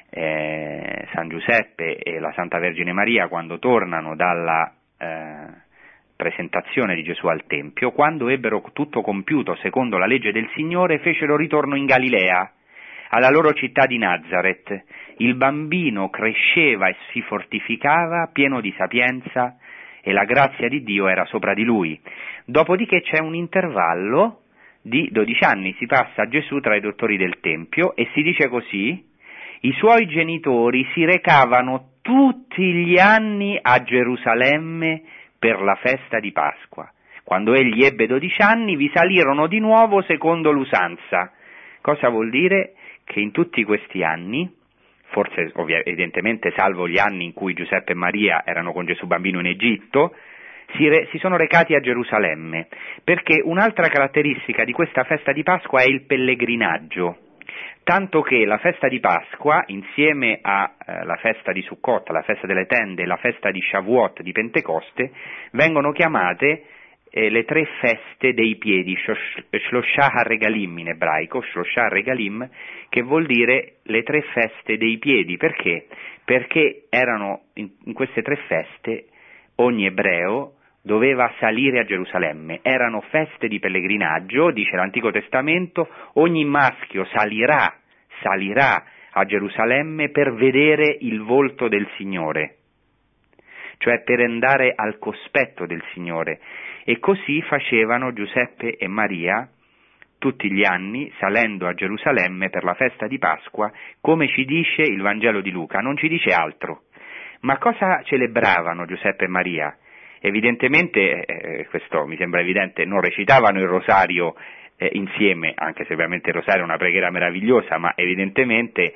San Giuseppe e la Santa Vergine Maria quando tornano dalla presentazione di Gesù al Tempio, quando ebbero tutto compiuto secondo la legge del Signore, fecero ritorno in Galilea, alla loro città di Nazareth. Il bambino cresceva e si fortificava, pieno di sapienza, e la grazia di Dio era sopra di lui. Dopodiché c'è un intervallo di 12 anni, si passa a Gesù tra i dottori del Tempio, e si dice così: i suoi genitori si recavano tutti gli anni a Gerusalemme per la festa di Pasqua. Quando egli ebbe 12 anni vi salirono di nuovo secondo l'usanza. Cosa vuol dire? Che in tutti questi anni, forse evidentemente salvo gli anni in cui Giuseppe e Maria erano con Gesù bambino in Egitto, si sono recati a Gerusalemme, perché un'altra caratteristica di questa festa di Pasqua è il pellegrinaggio, tanto che la festa di Pasqua, insieme alla festa di Sukkot, la festa delle tende e la festa di Shavuot, di Pentecoste, vengono chiamate le 3 feste dei piedi, Shloshah HaRegalim in ebraico, Shloshah HaRegalim, che vuol dire le 3 feste dei piedi. Perché? Perché erano in queste 3 feste ogni ebreo doveva salire a Gerusalemme, erano feste di pellegrinaggio, dice l'Antico Testamento, ogni maschio salirà a Gerusalemme per vedere il volto del Signore, cioè per andare al cospetto del Signore. E così facevano Giuseppe e Maria tutti gli anni, salendo a Gerusalemme per la festa di Pasqua, come ci dice il Vangelo di Luca, non ci dice altro. Ma cosa celebravano Giuseppe e Maria? Evidentemente, questo mi sembra evidente, non recitavano il rosario insieme, anche se ovviamente il rosario è una preghiera meravigliosa, ma evidentemente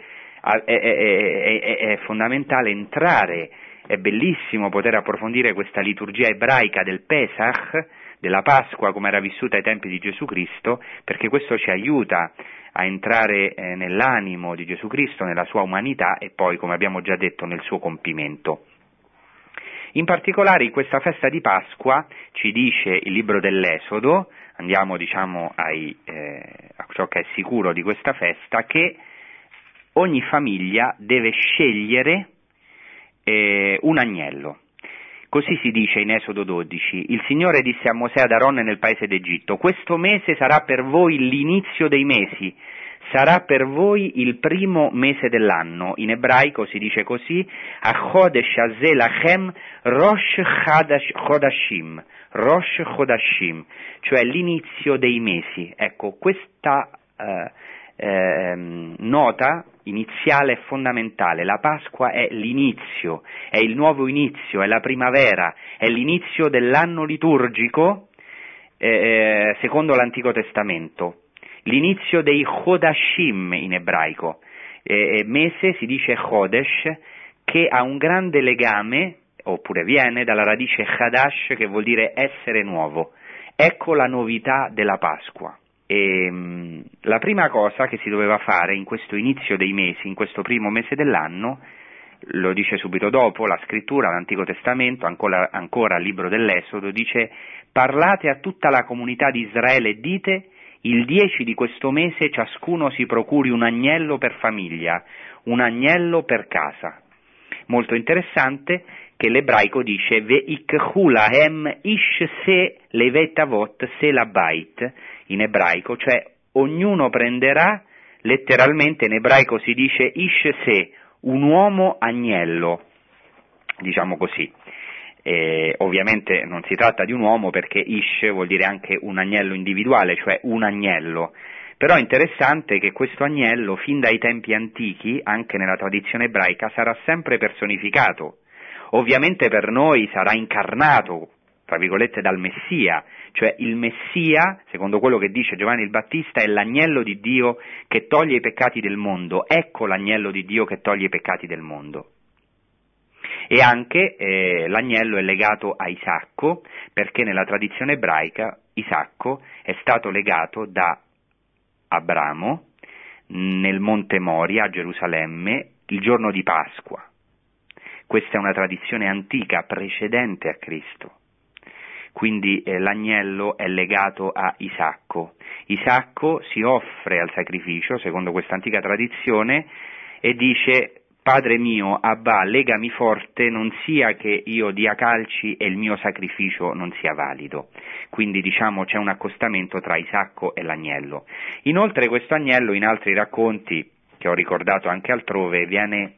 è fondamentale entrare. È bellissimo poter approfondire questa liturgia ebraica del Pesach, della Pasqua come era vissuta ai tempi di Gesù Cristo, perché questo ci aiuta a entrare nell'animo di Gesù Cristo, nella sua umanità e poi, come abbiamo già detto, nel suo compimento. In particolare in questa festa di Pasqua ci dice il libro dell'Esodo, andiamo a ciò che è sicuro di questa festa, che ogni famiglia deve scegliere un agnello. Così si dice in Esodo 12, il Signore disse a Mosè ad Aronne nel paese d'Egitto, questo mese sarà per voi l'inizio dei mesi, sarà per voi il primo mese dell'anno. In ebraico si dice così, Chodesh Hazeh Lachem Rosh Chodashim, Rosh Chodashim, cioè l'inizio dei mesi. Ecco, questa nota iniziale è fondamentale. La Pasqua è l'inizio, è il nuovo inizio, è la primavera, è l'inizio dell'anno liturgico secondo l'Antico Testamento, l'inizio dei Chodashim in ebraico. Mese si dice Chodesh, che ha un grande legame, oppure viene dalla radice Chadash, che vuol dire essere nuovo. Ecco la novità della Pasqua. La prima cosa che si doveva fare in questo inizio dei mesi, in questo primo mese dell'anno, lo dice subito dopo la scrittura, l'Antico Testamento, ancora il libro dell'Esodo, dice: parlate a tutta la comunità di Israele e dite: il 10 di questo mese ciascuno si procuri un agnello per famiglia, un agnello per casa. Molto interessante che l'ebraico dice ve'ikhu lahem ish se levet avot se labait, in ebraico, cioè ognuno prenderà, letteralmente in ebraico si dice ish se, un uomo agnello, diciamo così. Ovviamente non si tratta di un uomo, perché ish vuol dire anche un agnello individuale, cioè un agnello. Però è interessante che questo agnello, fin dai tempi antichi, anche nella tradizione ebraica, sarà sempre personificato. Ovviamente per noi sarà incarnato, tra virgolette, dal Messia, cioè il Messia, secondo quello che dice Giovanni il Battista, è l'agnello di Dio che toglie i peccati del mondo. Ecco l'agnello di Dio che toglie i peccati del mondo. E anche l'agnello è legato a Isacco, perché nella tradizione ebraica Isacco è stato legato da Abramo nel Monte Moria a Gerusalemme il giorno di Pasqua. Questa è una tradizione antica, precedente a Cristo. Quindi l'agnello è legato a Isacco. Isacco si offre al sacrificio, secondo questa antica tradizione, e dice: Padre mio, Abba, legami forte, non sia che io dia calci e il mio sacrificio non sia valido. Quindi diciamo c'è un accostamento tra Isacco e l'agnello. Inoltre questo agnello, in altri racconti, che ho ricordato anche altrove, viene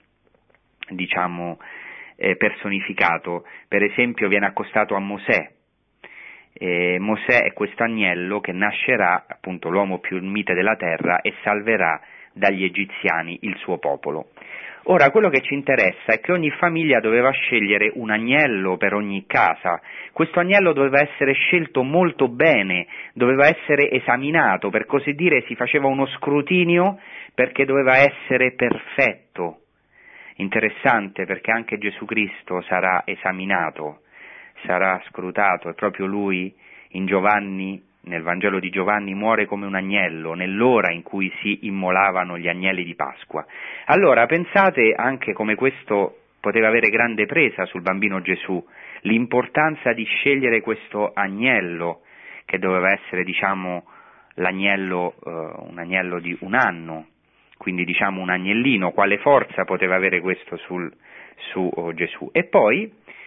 personificato. Per esempio viene accostato a Mosè. Mosè è questo agnello che nascerà, appunto l'uomo più mite della terra, e salverà dagli egiziani il suo popolo. Ora, quello che ci interessa è che ogni famiglia doveva scegliere un agnello per ogni casa. Questo agnello doveva essere scelto molto bene, doveva essere esaminato, per così dire si faceva uno scrutinio, perché doveva essere perfetto. Interessante, perché anche Gesù Cristo sarà esaminato, sarà scrutato, e proprio lui in Giovanni, nel Vangelo di Giovanni, muore come un agnello nell'ora in cui si immolavano gli agnelli di Pasqua. Allora pensate anche come questo poteva avere grande presa sul bambino Gesù, l'importanza di scegliere questo agnello, che doveva essere, l'agnello, un agnello di un anno, quindi un agnellino, quale forza poteva avere questo su Gesù. E poi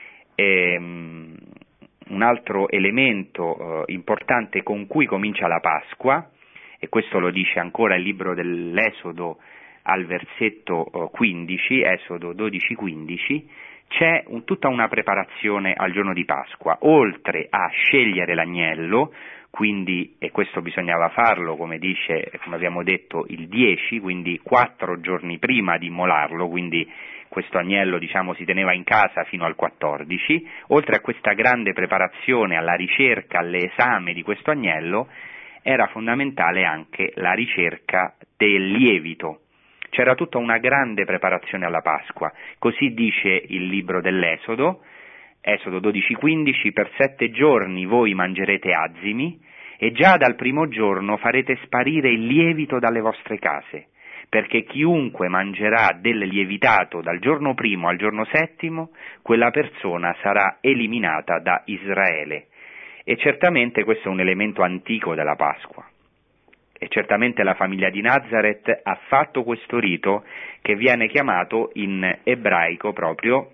un altro elemento importante con cui comincia la Pasqua, e questo lo dice ancora il libro dell'Esodo al versetto 15, Esodo 12-15, c'è tutta una preparazione al giorno di Pasqua, oltre a scegliere l'agnello, quindi, e questo bisognava farlo, come abbiamo detto, il 10, quindi 4 giorni prima di immolarlo, quindi questo agnello si teneva in casa fino al 14, oltre a questa grande preparazione alla ricerca, all'esame di questo agnello, era fondamentale anche la ricerca del lievito. C'era tutta una grande preparazione alla Pasqua, così dice il libro dell'Esodo, Esodo 12-15, per 7 giorni voi mangerete azimi e già dal primo giorno farete sparire il lievito dalle vostre case, perché chiunque mangerà del lievitato dal giorno primo al giorno settimo, quella persona sarà eliminata da Israele. E certamente questo è un elemento antico della Pasqua. E certamente la famiglia di Nazaret ha fatto questo rito che viene chiamato in ebraico proprio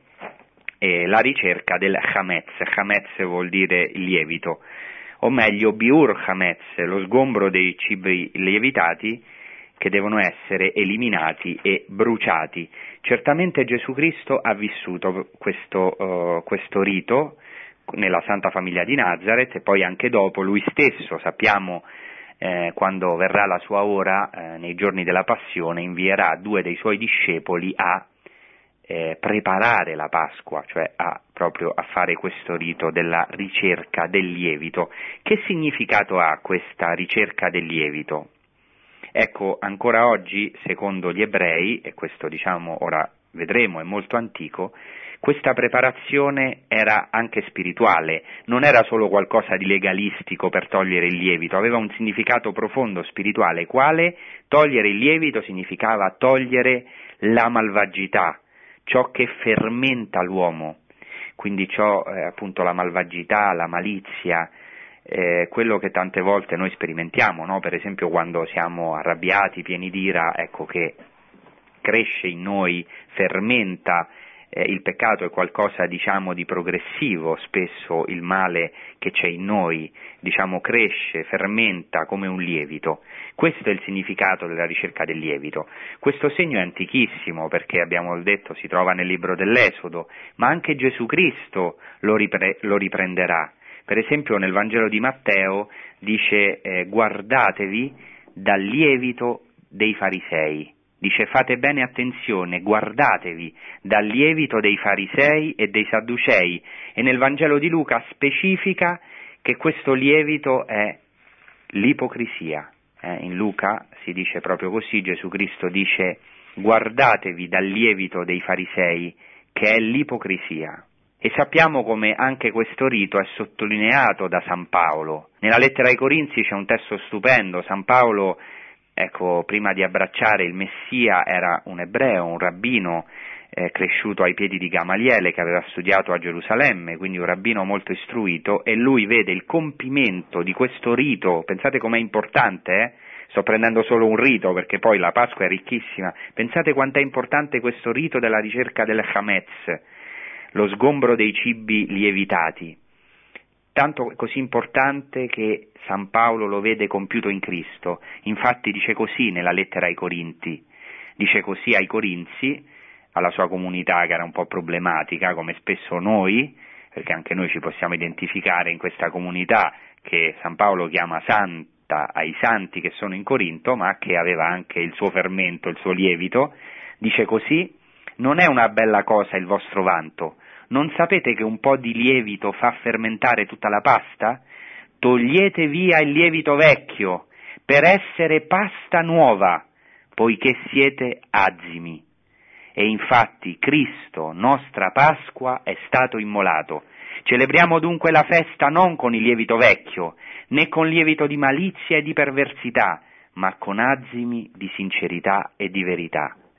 la ricerca del chametz. Chametz vuol dire il lievito, o meglio biur chametz, lo sgombro dei cibi lievitati che devono essere eliminati e bruciati. Certamente Gesù Cristo ha vissuto questo rito nella Santa Famiglia di Nazaret, e poi anche dopo lui stesso, sappiamo, quando verrà la sua ora, nei giorni della Passione, invierà 2 dei suoi discepoli a preparare la Pasqua, cioè proprio a fare questo rito della ricerca del lievito. Che significato ha questa ricerca del lievito? Ecco, ancora oggi, secondo gli ebrei, e questo ora vedremo è molto antico, questa preparazione era anche spirituale, non era solo qualcosa di legalistico per togliere il lievito, aveva un significato profondo spirituale, quale togliere il lievito significava togliere la malvagità, ciò che fermenta l'uomo, quindi ciò appunto la malvagità, la malizia, quello che tante volte noi sperimentiamo, no? Per esempio quando siamo arrabbiati, pieni d'ira, ecco che cresce in noi, fermenta. Il peccato è qualcosa, di progressivo, spesso il male che c'è in noi, cresce, fermenta come un lievito. Questo è il significato della ricerca del lievito. Questo segno è antichissimo perché, abbiamo detto, si trova nel libro dell'Esodo, ma anche Gesù Cristo lo riprenderà. Per esempio nel Vangelo di Matteo dice guardatevi dal lievito dei farisei. Dice fate bene attenzione, guardatevi dal lievito dei farisei e dei sadducei, e nel Vangelo di Luca specifica che questo lievito è l'ipocrisia. In Luca si dice proprio così, Gesù Cristo dice guardatevi dal lievito dei farisei che è l'ipocrisia. E sappiamo come anche questo rito è sottolineato da San Paolo. Nella lettera ai Corinzi c'è un testo stupendo, San Paolo, prima di abbracciare il Messia era un ebreo, un rabbino cresciuto ai piedi di Gamaliele che aveva studiato a Gerusalemme, quindi un rabbino molto istruito, e lui vede il compimento di questo rito. Pensate com'è importante, sto prendendo solo un rito perché poi la Pasqua è ricchissima, pensate quanto è importante questo rito della ricerca del chametz, lo sgombro dei cibi lievitati, tanto così importante che San Paolo lo vede compiuto in Cristo. Infatti dice così nella lettera ai Corinti, dice così ai Corinzi, alla sua comunità che era un po' problematica, come spesso noi, perché anche noi ci possiamo identificare in questa comunità che San Paolo chiama santa ai santi che sono in Corinto, ma che aveva anche il suo fermento, il suo lievito. Dice così: non è una bella cosa il vostro vanto, non sapete che un po' di lievito fa fermentare tutta la pasta? Togliete via il lievito vecchio per essere pasta nuova, poiché siete azimi. E infatti Cristo, nostra Pasqua, è stato immolato. Celebriamo dunque la festa non con il lievito vecchio, né con lievito di malizia e di perversità, ma con azimi di sincerità e di verità.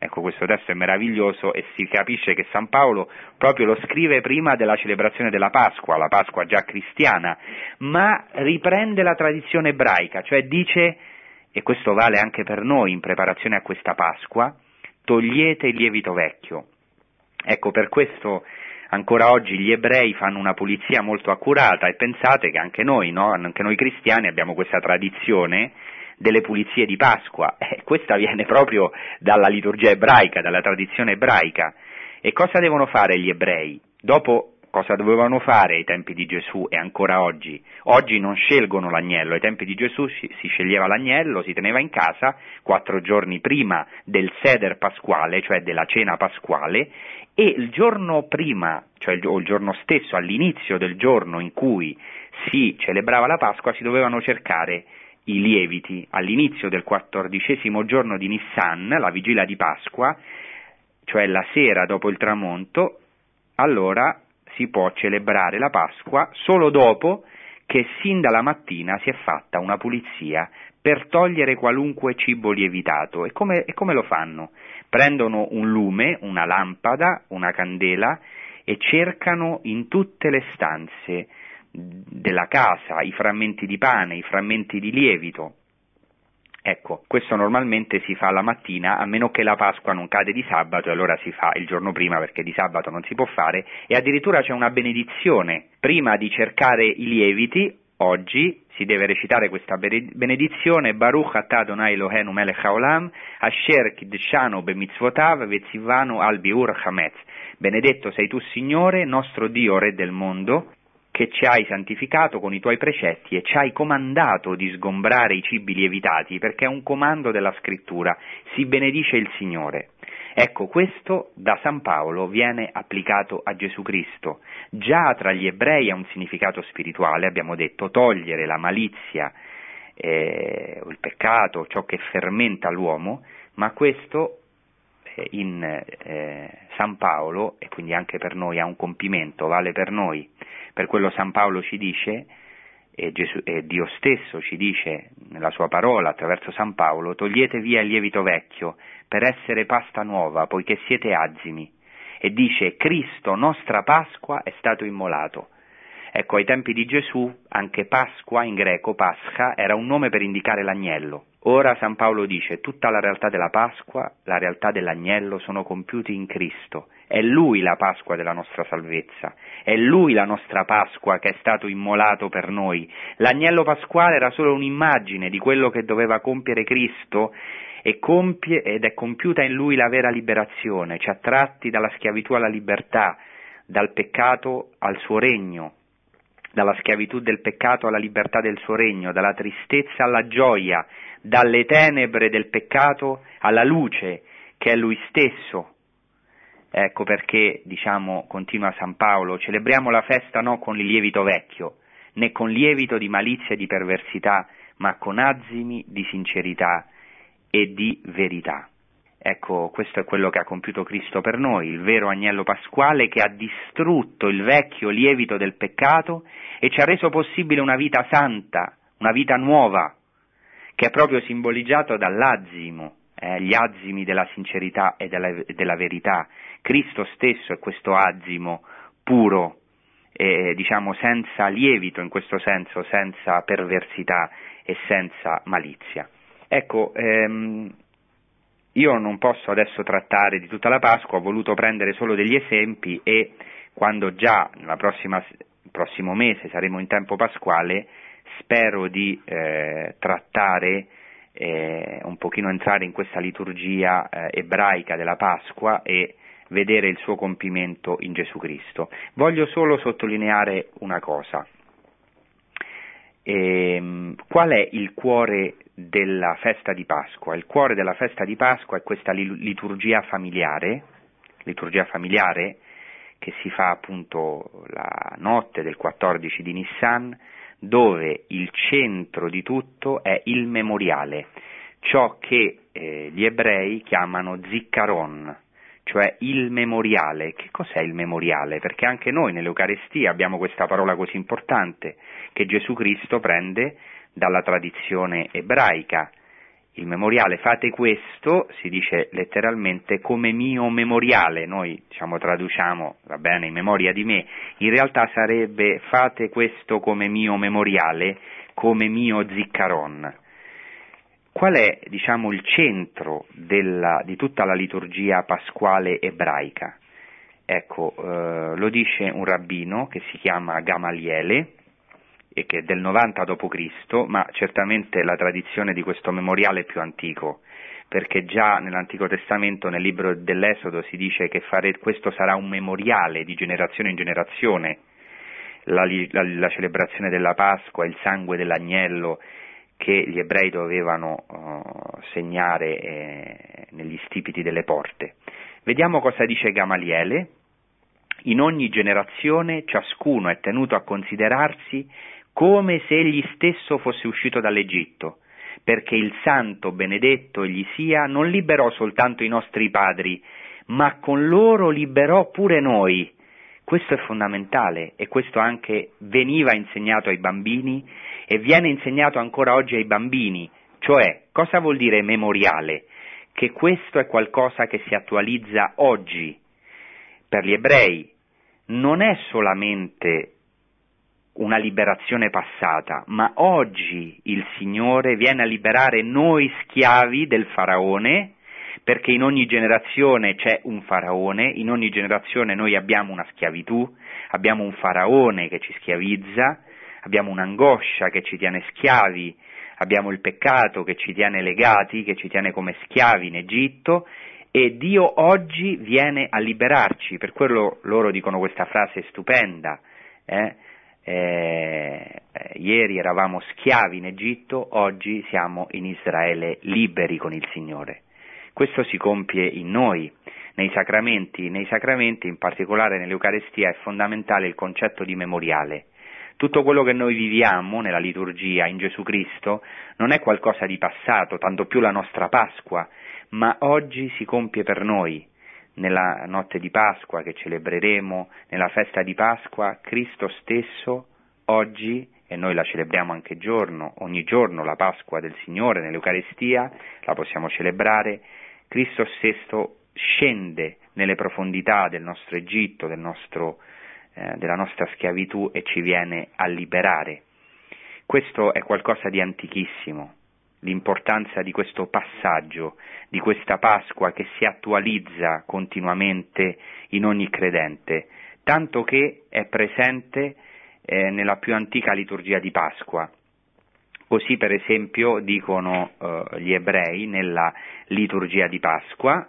Ecco, questo testo è meraviglioso e si capisce che San Paolo proprio lo scrive prima della celebrazione della Pasqua, la Pasqua già cristiana, ma riprende la tradizione ebraica, cioè dice, e questo vale anche per noi in preparazione a questa Pasqua, togliete il lievito vecchio. Ecco, per questo ancora oggi gli ebrei fanno una pulizia molto accurata e pensate che anche noi, no? Anche noi cristiani abbiamo questa tradizione delle pulizie di Pasqua, questa viene proprio dalla liturgia ebraica, dalla tradizione ebraica. E cosa devono fare gli ebrei? Dopo cosa dovevano fare ai tempi di Gesù e ancora oggi? Oggi non scelgono l'agnello, ai tempi di Gesù si sceglieva l'agnello, si teneva in casa 4 giorni prima del Seder pasquale, cioè della cena pasquale, e il giorno prima, cioè il giorno stesso, all'inizio del giorno in cui si celebrava la Pasqua, si dovevano cercare i lieviti. All'inizio del 14° giorno di Nissan, la vigilia di Pasqua, cioè la sera dopo il tramonto, allora si può celebrare la Pasqua solo dopo che sin dalla mattina si è fatta una pulizia per togliere qualunque cibo lievitato. E come lo fanno? Prendono un lume, una lampada, una candela e cercano in tutte le stanze della casa i frammenti di pane, i frammenti di lievito. Ecco, questo normalmente si fa la mattina, a meno che la Pasqua non cade di sabato, e allora si fa il giorno prima perché di sabato non si può fare, e addirittura c'è una benedizione. Prima di cercare i lieviti, oggi si deve recitare questa benedizione: Baruch atah Adonai Eloheinu melech haolam, asher kidshanu bemitzvotav vetzivanu al biur chametz. Benedetto sei tu, Signore, nostro Dio, Re del mondo, che ci hai santificato con i tuoi precetti e ci hai comandato di sgombrare i cibi lievitati, perché è un comando della Scrittura, si benedice il Signore. Ecco, questo da San Paolo viene applicato a Gesù Cristo. Già tra gli ebrei ha un significato spirituale, abbiamo detto, togliere la malizia, il peccato, ciò che fermenta l'uomo, ma questo in San Paolo, e quindi anche per noi, ha un compimento, vale per noi. Per quello San Paolo ci dice, e Dio stesso ci dice nella sua parola attraverso San Paolo: togliete via il lievito vecchio per essere pasta nuova, poiché siete azimi. E dice: Cristo, nostra Pasqua, è stato immolato. Ecco, ai tempi di Gesù anche Pasqua, in greco Pascha, era un nome per indicare l'agnello. Ora San Paolo dice: tutta la realtà della Pasqua, la realtà dell'agnello sono compiuti in Cristo. È Lui la Pasqua della nostra salvezza, è Lui la nostra Pasqua che è stato immolato per noi. L'agnello pasquale era solo un'immagine di quello che doveva compiere Cristo, ed è compiuta in Lui la vera liberazione, ci ha tratti dalla schiavitù alla libertà, dal peccato al suo regno, dalla schiavitù del peccato alla libertà del suo regno, dalla tristezza alla gioia, dalle tenebre del peccato alla luce, che è Lui stesso. Ecco perché, continua San Paolo, celebriamo la festa non con il lievito vecchio, né con lievito di malizia e di perversità, ma con azimi di sincerità e di verità. Ecco, questo è quello che ha compiuto Cristo per noi, il vero agnello pasquale che ha distrutto il vecchio lievito del peccato e ci ha reso possibile una vita santa, una vita nuova, che è proprio simboleggiato dall'azimo, gli azimi della sincerità e della verità. Cristo stesso è questo azimo puro, senza lievito in questo senso, senza perversità e senza malizia. Ecco, io non posso adesso trattare di tutta la Pasqua, ho voluto prendere solo degli esempi e quando già nel prossimo mese saremo in tempo pasquale, spero di trattare, un pochino entrare in questa liturgia ebraica della Pasqua e vedere il suo compimento in Gesù Cristo. Voglio solo sottolineare una cosa. Qual è il cuore della festa di Pasqua? Il cuore della festa di Pasqua è questa liturgia familiare che si fa appunto la notte del 14 di Nissan, dove il centro di tutto è il memoriale, ciò che gli ebrei chiamano ziccaron, cioè il memoriale. Che cos'è il memoriale? Perché anche noi nell'Eucarestia abbiamo questa parola così importante che Gesù Cristo prende dalla tradizione ebraica Il memoriale, fate questo, si dice letteralmente, come mio memoriale, noi traduciamo, va bene, in memoria di me, in realtà sarebbe fate questo come mio memoriale, come mio ziccaron. Qual è, il centro di tutta la liturgia pasquale ebraica? Ecco, lo dice un rabbino che si chiama Gamaliele, e che è del 90 d.C., ma certamente la tradizione di questo memoriale è più antico, perché già nell'Antico Testamento, nel libro dell'Esodo, si dice che questo sarà un memoriale di generazione in generazione, la celebrazione della Pasqua, il sangue dell'agnello che gli ebrei dovevano segnare negli stipiti delle porte. Vediamo cosa dice Gamaliele. In ogni generazione ciascuno è tenuto a considerarsi come se egli stesso fosse uscito dall'Egitto, perché il santo, benedetto egli sia, non liberò soltanto i nostri padri, ma con loro liberò pure noi. Questo è fondamentale e questo anche veniva insegnato ai bambini e viene insegnato ancora oggi ai bambini. Cioè, cosa vuol dire memoriale? Che questo è qualcosa che si attualizza oggi. Per gli ebrei non è solamente una liberazione passata, ma oggi il Signore viene a liberare noi schiavi del faraone, perché in ogni generazione c'è un faraone, in ogni generazione noi abbiamo una schiavitù, abbiamo un faraone che ci schiavizza, abbiamo un'angoscia che ci tiene schiavi, abbiamo il peccato che ci tiene legati, che ci tiene come schiavi in Egitto, e Dio oggi viene a liberarci. Per quello loro dicono questa frase stupenda, ieri eravamo schiavi in Egitto, oggi siamo in Israele liberi con il Signore. Questo si compie in noi, nei sacramenti, in particolare nell'Eucarestia è fondamentale il concetto di memoriale. Tutto quello che noi viviamo nella liturgia in Gesù Cristo non è qualcosa di passato, tanto più la nostra Pasqua, ma oggi si compie per noi. Nella notte di Pasqua che celebreremo, nella festa di Pasqua, Cristo stesso oggi, e noi la celebriamo anche ogni giorno la Pasqua del Signore nell'Eucarestia, la possiamo celebrare, Cristo stesso scende nelle profondità del nostro Egitto, della nostra schiavitù e ci viene a liberare. Questo è qualcosa di antichissimo, l'importanza di questo passaggio, di questa Pasqua che si attualizza continuamente in ogni credente, tanto che è presente nella più antica liturgia di Pasqua. Così per esempio dicono gli ebrei nella liturgia di Pasqua,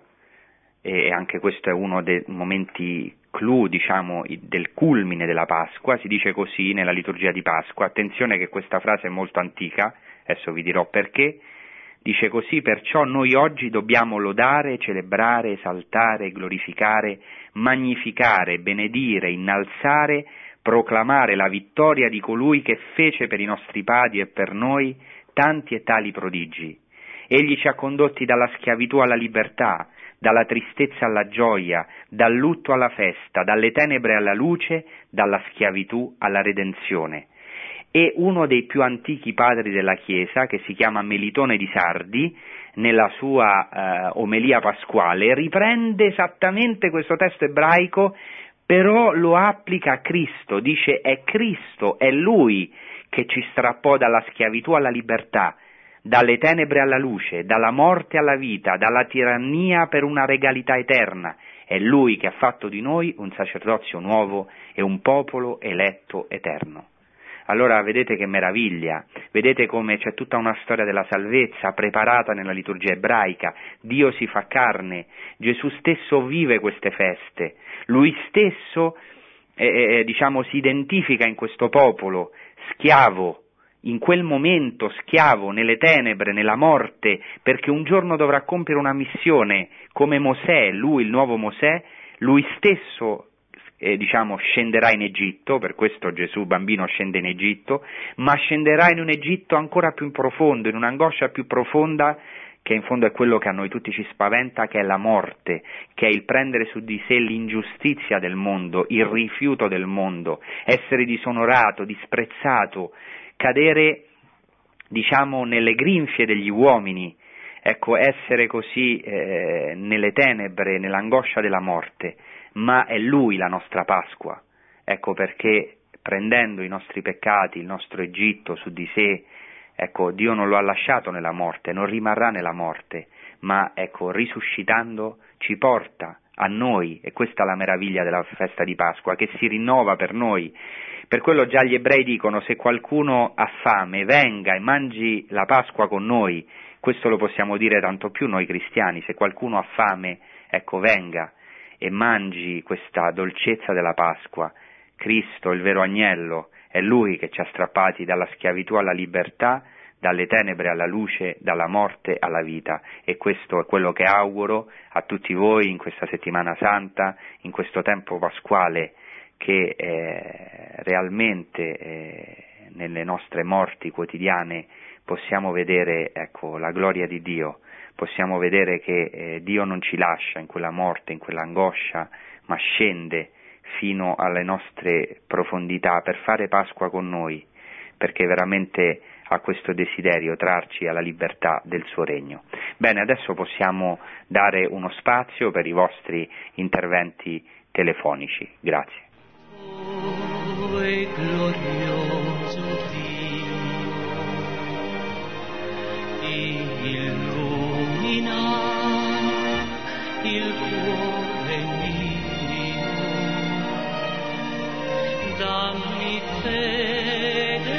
e anche questo è uno dei momenti clou, del culmine della Pasqua, si dice così nella liturgia di Pasqua. Attenzione che questa frase è molto antica, adesso vi dirò perché. Dice così: perciò noi oggi dobbiamo lodare, celebrare, esaltare, glorificare, magnificare, benedire, innalzare, proclamare la vittoria di colui che fece per i nostri padri e per noi tanti e tali prodigi. Egli ci ha condotti dalla schiavitù alla libertà, dalla tristezza alla gioia, dal lutto alla festa, dalle tenebre alla luce, dalla schiavitù alla redenzione. E uno dei più antichi padri della Chiesa, che si chiama Melitone di Sardi, nella sua omelia pasquale, riprende esattamente questo testo ebraico, però lo applica a Cristo, dice è Cristo, è Lui che ci strappò dalla schiavitù alla libertà, dalle tenebre alla luce, dalla morte alla vita, dalla tirannia per una regalità eterna. È Lui che ha fatto di noi un sacerdozio nuovo e un popolo eletto eterno. Allora vedete che meraviglia, vedete come c'è tutta una storia della salvezza preparata nella liturgia ebraica. Dio si fa carne, Gesù stesso vive queste feste, Lui stesso si identifica in questo popolo, schiavo, in quel momento schiavo nelle tenebre, nella morte, perché un giorno dovrà compiere una missione come Mosè, lui il nuovo Mosè, lui stesso scenderà in Egitto, per questo Gesù bambino scende in Egitto, ma scenderà in un Egitto ancora più profondo, in un'angoscia più profonda, che in fondo è quello che a noi tutti ci spaventa, che è la morte, che è il prendere su di sé l'ingiustizia del mondo, il rifiuto del mondo, essere disonorato, disprezzato, cadere nelle grinfie degli uomini, ecco, essere così nelle tenebre, nell'angoscia della morte, ma è Lui la nostra Pasqua, ecco perché prendendo i nostri peccati, il nostro Egitto su di sé, ecco, Dio non lo ha lasciato nella morte, non rimarrà nella morte, ma ecco, risuscitando ci porta a noi, e questa è la meraviglia della festa di Pasqua, che si rinnova per noi. Per quello già gli ebrei dicono: se qualcuno ha fame, venga e mangi la Pasqua con noi. Questo lo possiamo dire tanto più noi cristiani: se qualcuno ha fame, ecco, venga e mangi questa dolcezza della Pasqua. Cristo, il vero agnello, è Lui che ci ha strappati dalla schiavitù alla libertà, dalle tenebre alla luce, dalla morte alla vita, e questo è quello che auguro a tutti voi in questa settimana santa, in questo tempo pasquale, che realmente nelle nostre morti quotidiane possiamo vedere, ecco, la gloria di Dio, possiamo vedere che Dio non ci lascia in quella morte, in quell'angoscia, ma scende fino alle nostre profondità per fare Pasqua con noi, perché veramente ha questo desiderio, trarci alla libertà del suo regno. Bene, adesso possiamo dare uno spazio per i vostri interventi telefonici. Grazie. Glorioso Dio, illumina il cuore mio, dammi fede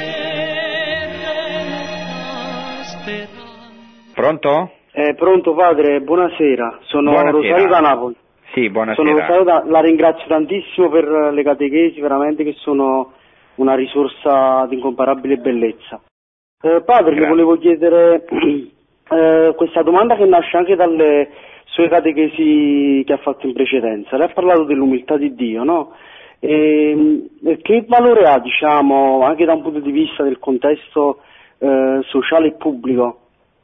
nella speranza. Pronto? Pronto padre, buonasera, sono Buonasera. Rosario da Napoli. Sì, buonasera. Sono Rosario la ringrazio tantissimo per le catechesi, veramente che sono una risorsa di incomparabile bellezza. Padre, le volevo chiedere questa domanda che nasce anche dalle sue catechesi che ha fatto in precedenza. Lei ha parlato dell'umiltà di Dio, no? Che valore ha, diciamo, anche da un punto di vista del contesto sociale e pubblico,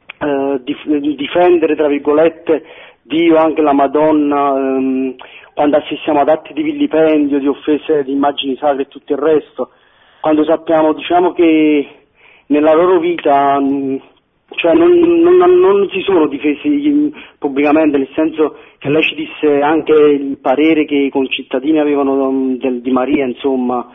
difendere, tra virgolette, Dio, anche la Madonna, quando assistiamo ad atti di vilipendio, di offese di immagini sacre e tutto il resto, quando sappiamo, diciamo, che nella loro vita cioè non si sono difesi pubblicamente, nel senso che lei ci disse anche il parere che i concittadini avevano di Maria, insomma.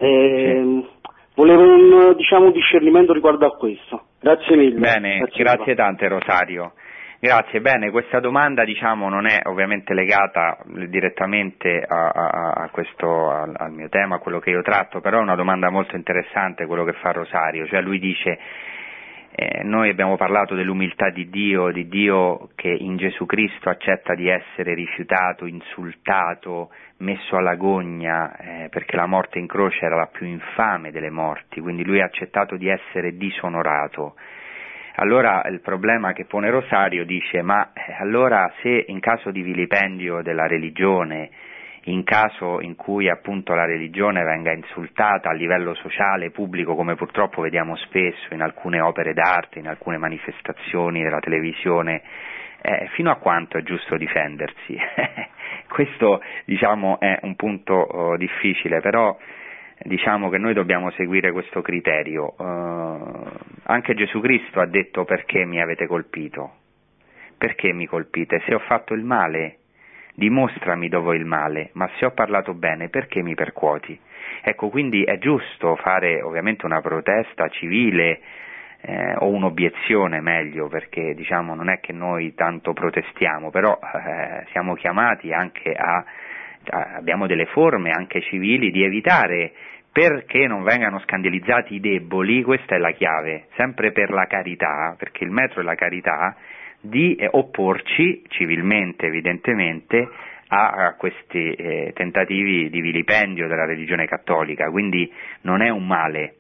Sì. Volevo un discernimento riguardo a questo. Grazie mille. Bene, grazie tante Rosario. Grazie, bene, questa domanda non è ovviamente legata direttamente a questo, al mio tema, a quello che io tratto, però è una domanda molto interessante quello che fa Rosario, cioè lui dice noi abbiamo parlato dell'umiltà di Dio che in Gesù Cristo accetta di essere rifiutato, insultato, messo alla gogna, perché la morte in croce era la più infame delle morti, quindi lui ha accettato di essere disonorato. Allora il problema che pone Rosario dice: ma allora se in caso di vilipendio della religione, in caso in cui appunto la religione venga insultata a livello sociale, pubblico, come purtroppo vediamo spesso in alcune opere d'arte, in alcune manifestazioni della televisione, fino a quanto è giusto difendersi? Questo è un punto difficile, però diciamo che noi dobbiamo seguire questo criterio. Anche Gesù Cristo ha detto: perché mi avete colpito? Perché mi colpite? Se ho fatto il male, dimostrami dove è il male, ma se ho parlato bene, perché mi percuoti? Ecco, quindi è giusto fare ovviamente una protesta civile, o un'obiezione meglio, perché non è che noi tanto protestiamo, però siamo chiamati anche abbiamo delle forme anche civili di evitare, perché non vengano scandalizzati i deboli, questa è la chiave, sempre per la carità, perché il metro è la carità, di opporci civilmente, evidentemente, a questi tentativi di vilipendio della religione cattolica. Quindi non è un male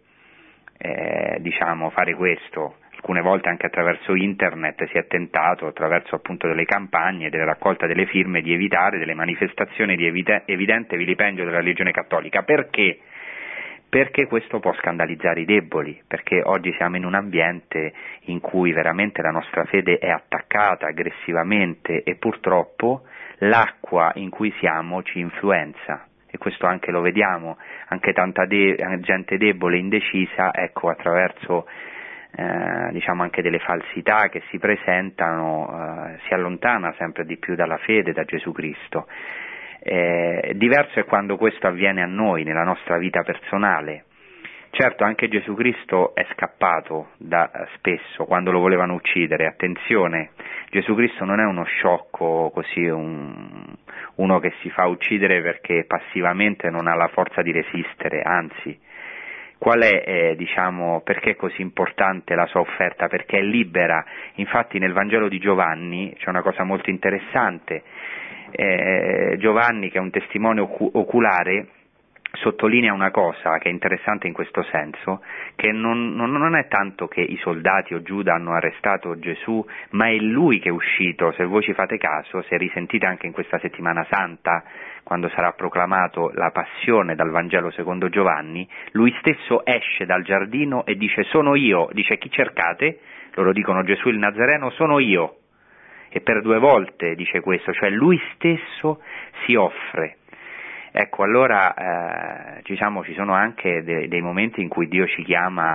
fare questo. Alcune volte anche attraverso internet si è tentato, attraverso appunto delle campagne, delle raccolte delle firme, di evitare delle manifestazioni di evidente vilipendio della religione cattolica. Perché? Perché questo può scandalizzare i deboli, perché oggi siamo in un ambiente in cui veramente la nostra fede è attaccata aggressivamente e purtroppo l'acqua in cui siamo ci influenza, e questo anche lo vediamo, anche tanta gente debole, indecisa, ecco, attraverso diciamo anche delle falsità che si presentano, si allontana sempre di più dalla fede, da Gesù Cristo. Diverso è quando questo avviene a noi, nella nostra vita personale. Certo, anche Gesù Cristo è scappato spesso quando lo volevano uccidere. Attenzione, Gesù Cristo non è uno sciocco, così uno che si fa uccidere perché passivamente non ha la forza di resistere, anzi. Qual è, perché è così importante la sua offerta? Perché è libera. Infatti nel Vangelo di Giovanni c'è una cosa molto interessante. Giovanni, che è un testimone oculare, sottolinea una cosa che è interessante in questo senso, che non è tanto che i soldati o Giuda hanno arrestato Gesù, ma è lui che è uscito. Se voi ci fate caso, se risentite anche in questa settimana santa, quando sarà proclamato la passione dal Vangelo secondo Giovanni, lui stesso esce dal giardino e dice: sono io. Dice: chi cercate? Loro dicono: Gesù il Nazareno, sono io. E per 2 volte dice questo, cioè lui stesso si offre. Ecco, allora ci sono anche dei momenti in cui Dio ci chiama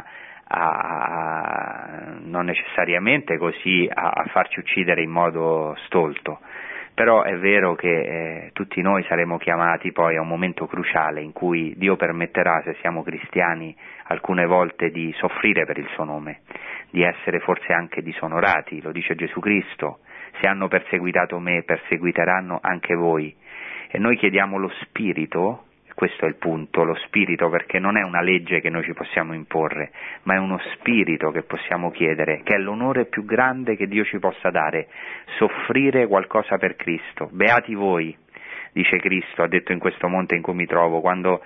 non necessariamente così a farci uccidere in modo stolto, però è vero che tutti noi saremo chiamati poi a un momento cruciale in cui Dio permetterà, se siamo cristiani, alcune volte di soffrire per il suo nome, di essere forse anche disonorati. Lo dice Gesù Cristo: se hanno perseguitato me, perseguiteranno anche voi. E noi chiediamo lo Spirito, questo è il punto, lo Spirito, perché non è una legge che noi ci possiamo imporre, ma è uno Spirito che possiamo chiedere, che è l'onore più grande che Dio ci possa dare, soffrire qualcosa per Cristo. Beati voi, dice Cristo, ha detto in questo monte in cui mi trovo, quando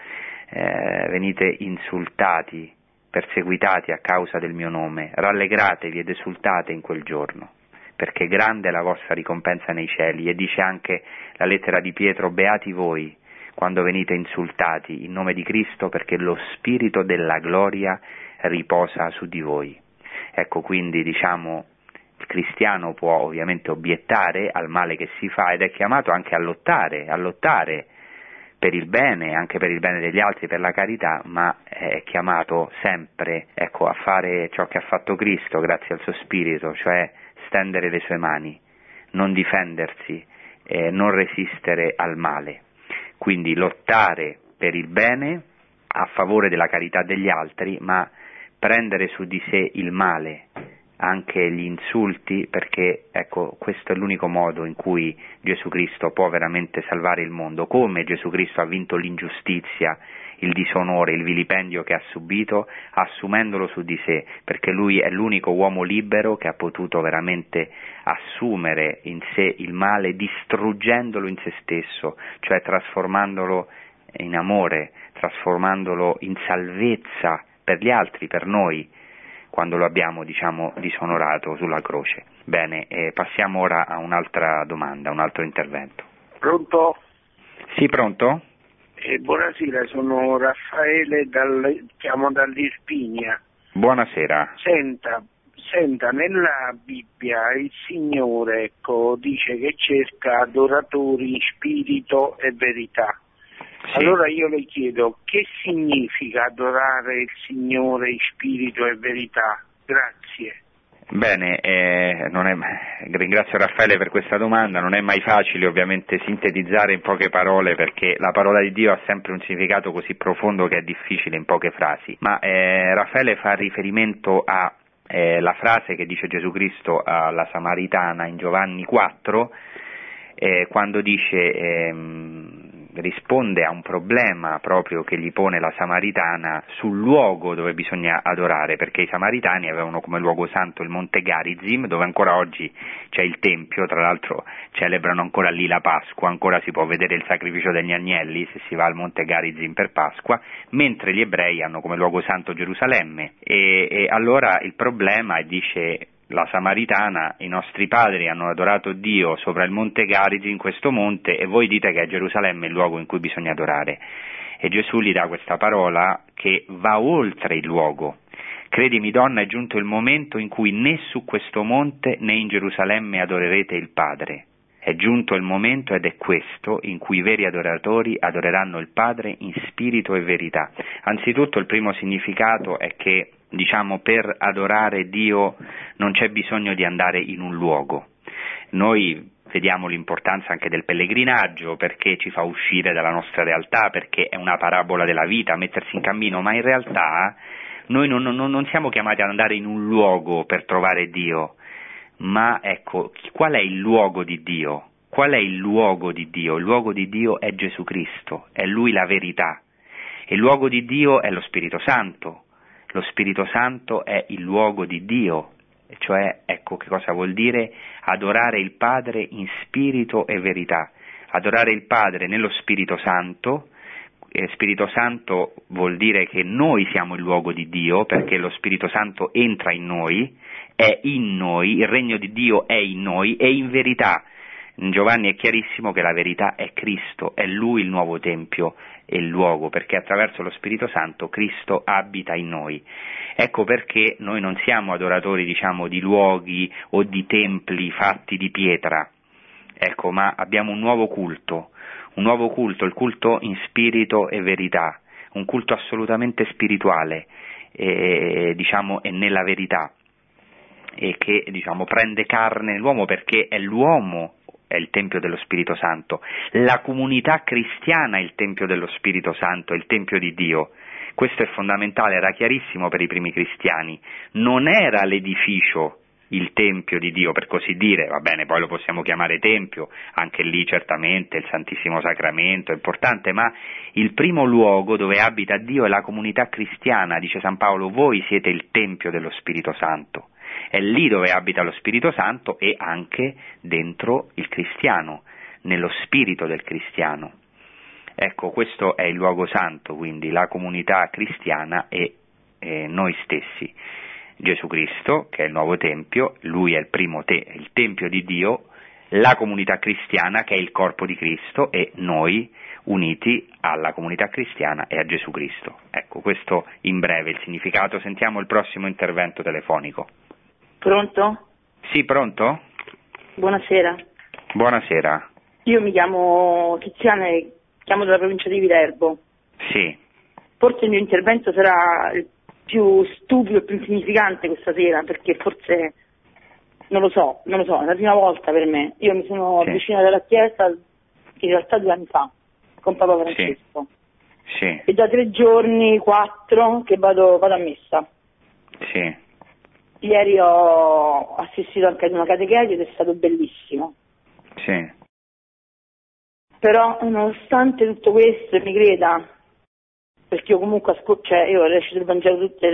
venite insultati, perseguitati a causa del mio nome, rallegratevi ed esultate in quel giorno, perché grande è la vostra ricompensa nei cieli. E dice anche la lettera di Pietro: beati voi quando venite insultati in nome di Cristo, perché lo Spirito della gloria riposa su di voi. Ecco, quindi il cristiano può ovviamente obiettare al male che si fa ed è chiamato anche a lottare per il bene, anche per il bene degli altri, per la carità, ma è chiamato sempre, a fare ciò che ha fatto Cristo grazie al suo Spirito, cioè stendere le sue mani, non difendersi, non resistere al male. Quindi lottare per il bene a favore della carità degli altri, ma prendere su di sé il male, anche gli insulti, perché questo è l'unico modo in cui Gesù Cristo può veramente salvare il mondo. Come Gesù Cristo ha vinto l'ingiustizia, il disonore, il vilipendio che ha subito, assumendolo su di sé, perché lui è l'unico uomo libero che ha potuto veramente assumere in sé il male, distruggendolo in se stesso, cioè trasformandolo in amore, trasformandolo in salvezza per gli altri, per noi, quando lo abbiamo disonorato sulla croce. Bene, passiamo ora a un'altra domanda, un altro intervento. Pronto? Sì, pronto? Buonasera, sono Raffaele, chiamo dall'Irpinia. Buonasera. Senta, nella Bibbia il Signore dice che cerca adoratori in spirito e verità. Sì. Allora io le chiedo, che significa adorare il Signore in spirito e verità? Grazie. Bene, ringrazio Raffaele per questa domanda. Non è mai facile ovviamente sintetizzare in poche parole, perché la parola di Dio ha sempre un significato così profondo che è difficile in poche frasi, ma Raffaele fa riferimento a la frase che dice Gesù Cristo alla Samaritana in Giovanni 4, quando dice risponde a un problema proprio che gli pone la Samaritana sul luogo dove bisogna adorare, perché i Samaritani avevano come luogo santo il Monte Garizim, dove ancora oggi c'è il Tempio, tra l'altro celebrano ancora lì la Pasqua, ancora si può vedere il sacrificio degli agnelli se si va al Monte Garizim per Pasqua, mentre gli ebrei hanno come luogo santo Gerusalemme. E allora il problema è, dice la Samaritana, i nostri padri hanno adorato Dio sopra il Monte Garizim, in questo monte, e voi dite che è Gerusalemme il luogo in cui bisogna adorare. E Gesù gli dà questa parola che va oltre il luogo. Credimi, donna, è giunto il momento in cui né su questo monte né in Gerusalemme adorerete il Padre. È giunto il momento, ed è questo, in cui i veri adoratori adoreranno il Padre in spirito e verità. Anzitutto il primo significato è che diciamo, per adorare Dio non c'è bisogno di andare in un luogo. Noi vediamo l'importanza anche del pellegrinaggio, perché ci fa uscire dalla nostra realtà, perché è una parabola della vita, mettersi in cammino, ma in realtà noi non siamo chiamati ad andare in un luogo per trovare Dio, ma ecco, qual è il luogo di Dio? Qual è il luogo di Dio? Il luogo di Dio è Gesù Cristo, è Lui la verità. Il luogo di Dio è lo Spirito Santo. Lo Spirito Santo è il luogo di Dio, cioè, ecco che cosa vuol dire adorare il Padre in spirito e verità. Adorare il Padre nello Spirito Santo. Spirito Santo vuol dire che noi siamo il luogo di Dio, perché lo Spirito Santo entra in noi, è in noi, il regno di Dio è in noi, e in verità. In Giovanni è chiarissimo che la verità è Cristo, è Lui il nuovo Tempio e il luogo, perché attraverso lo Spirito Santo Cristo abita in noi. Ecco perché noi non siamo adoratori, diciamo, di luoghi o di templi fatti di pietra, ecco, ma abbiamo un nuovo culto, il culto in spirito e verità, un culto assolutamente spirituale, diciamo, e nella verità, e che, diciamo, prende carne nell'uomo, perché è l'uomo è il Tempio dello Spirito Santo, la comunità cristiana è il Tempio dello Spirito Santo, è il Tempio di Dio. Questo è fondamentale, era chiarissimo per i primi cristiani, non era l'edificio il Tempio di Dio, per così dire, va bene, poi lo possiamo chiamare Tempio, anche lì certamente il Santissimo Sacramento è importante, ma il primo luogo dove abita Dio è la comunità cristiana, dice San Paolo, voi siete il Tempio dello Spirito Santo. È lì dove abita lo Spirito Santo e anche dentro il cristiano, nello spirito del cristiano. Ecco, questo è il luogo santo, quindi la comunità cristiana e noi stessi. Gesù Cristo, che è il nuovo Tempio, Lui è il primo il Tempio di Dio, la comunità cristiana, che è il corpo di Cristo, e noi uniti alla comunità cristiana e a Gesù Cristo. Ecco, questo in breve il significato. Sentiamo il prossimo intervento telefonico. Pronto? Sì, pronto? Buonasera. Buonasera. Io mi chiamo Tiziana e chiamo dalla provincia di Viterbo. Sì. Forse il mio intervento sarà il più stupido e più insignificante questa sera, perché forse, non lo so, è la prima volta per me. Io mi sono avvicinata alla Chiesa in realtà 2 anni fa, con Papa Francesco. Sì. E da 3 giorni, 4, che vado a messa. Sì. Ieri ho assistito anche ad una catechesi ed è stato bellissimo. Sì. Però nonostante tutto questo, mi creda, perché io comunque io recito il Vangelo tutte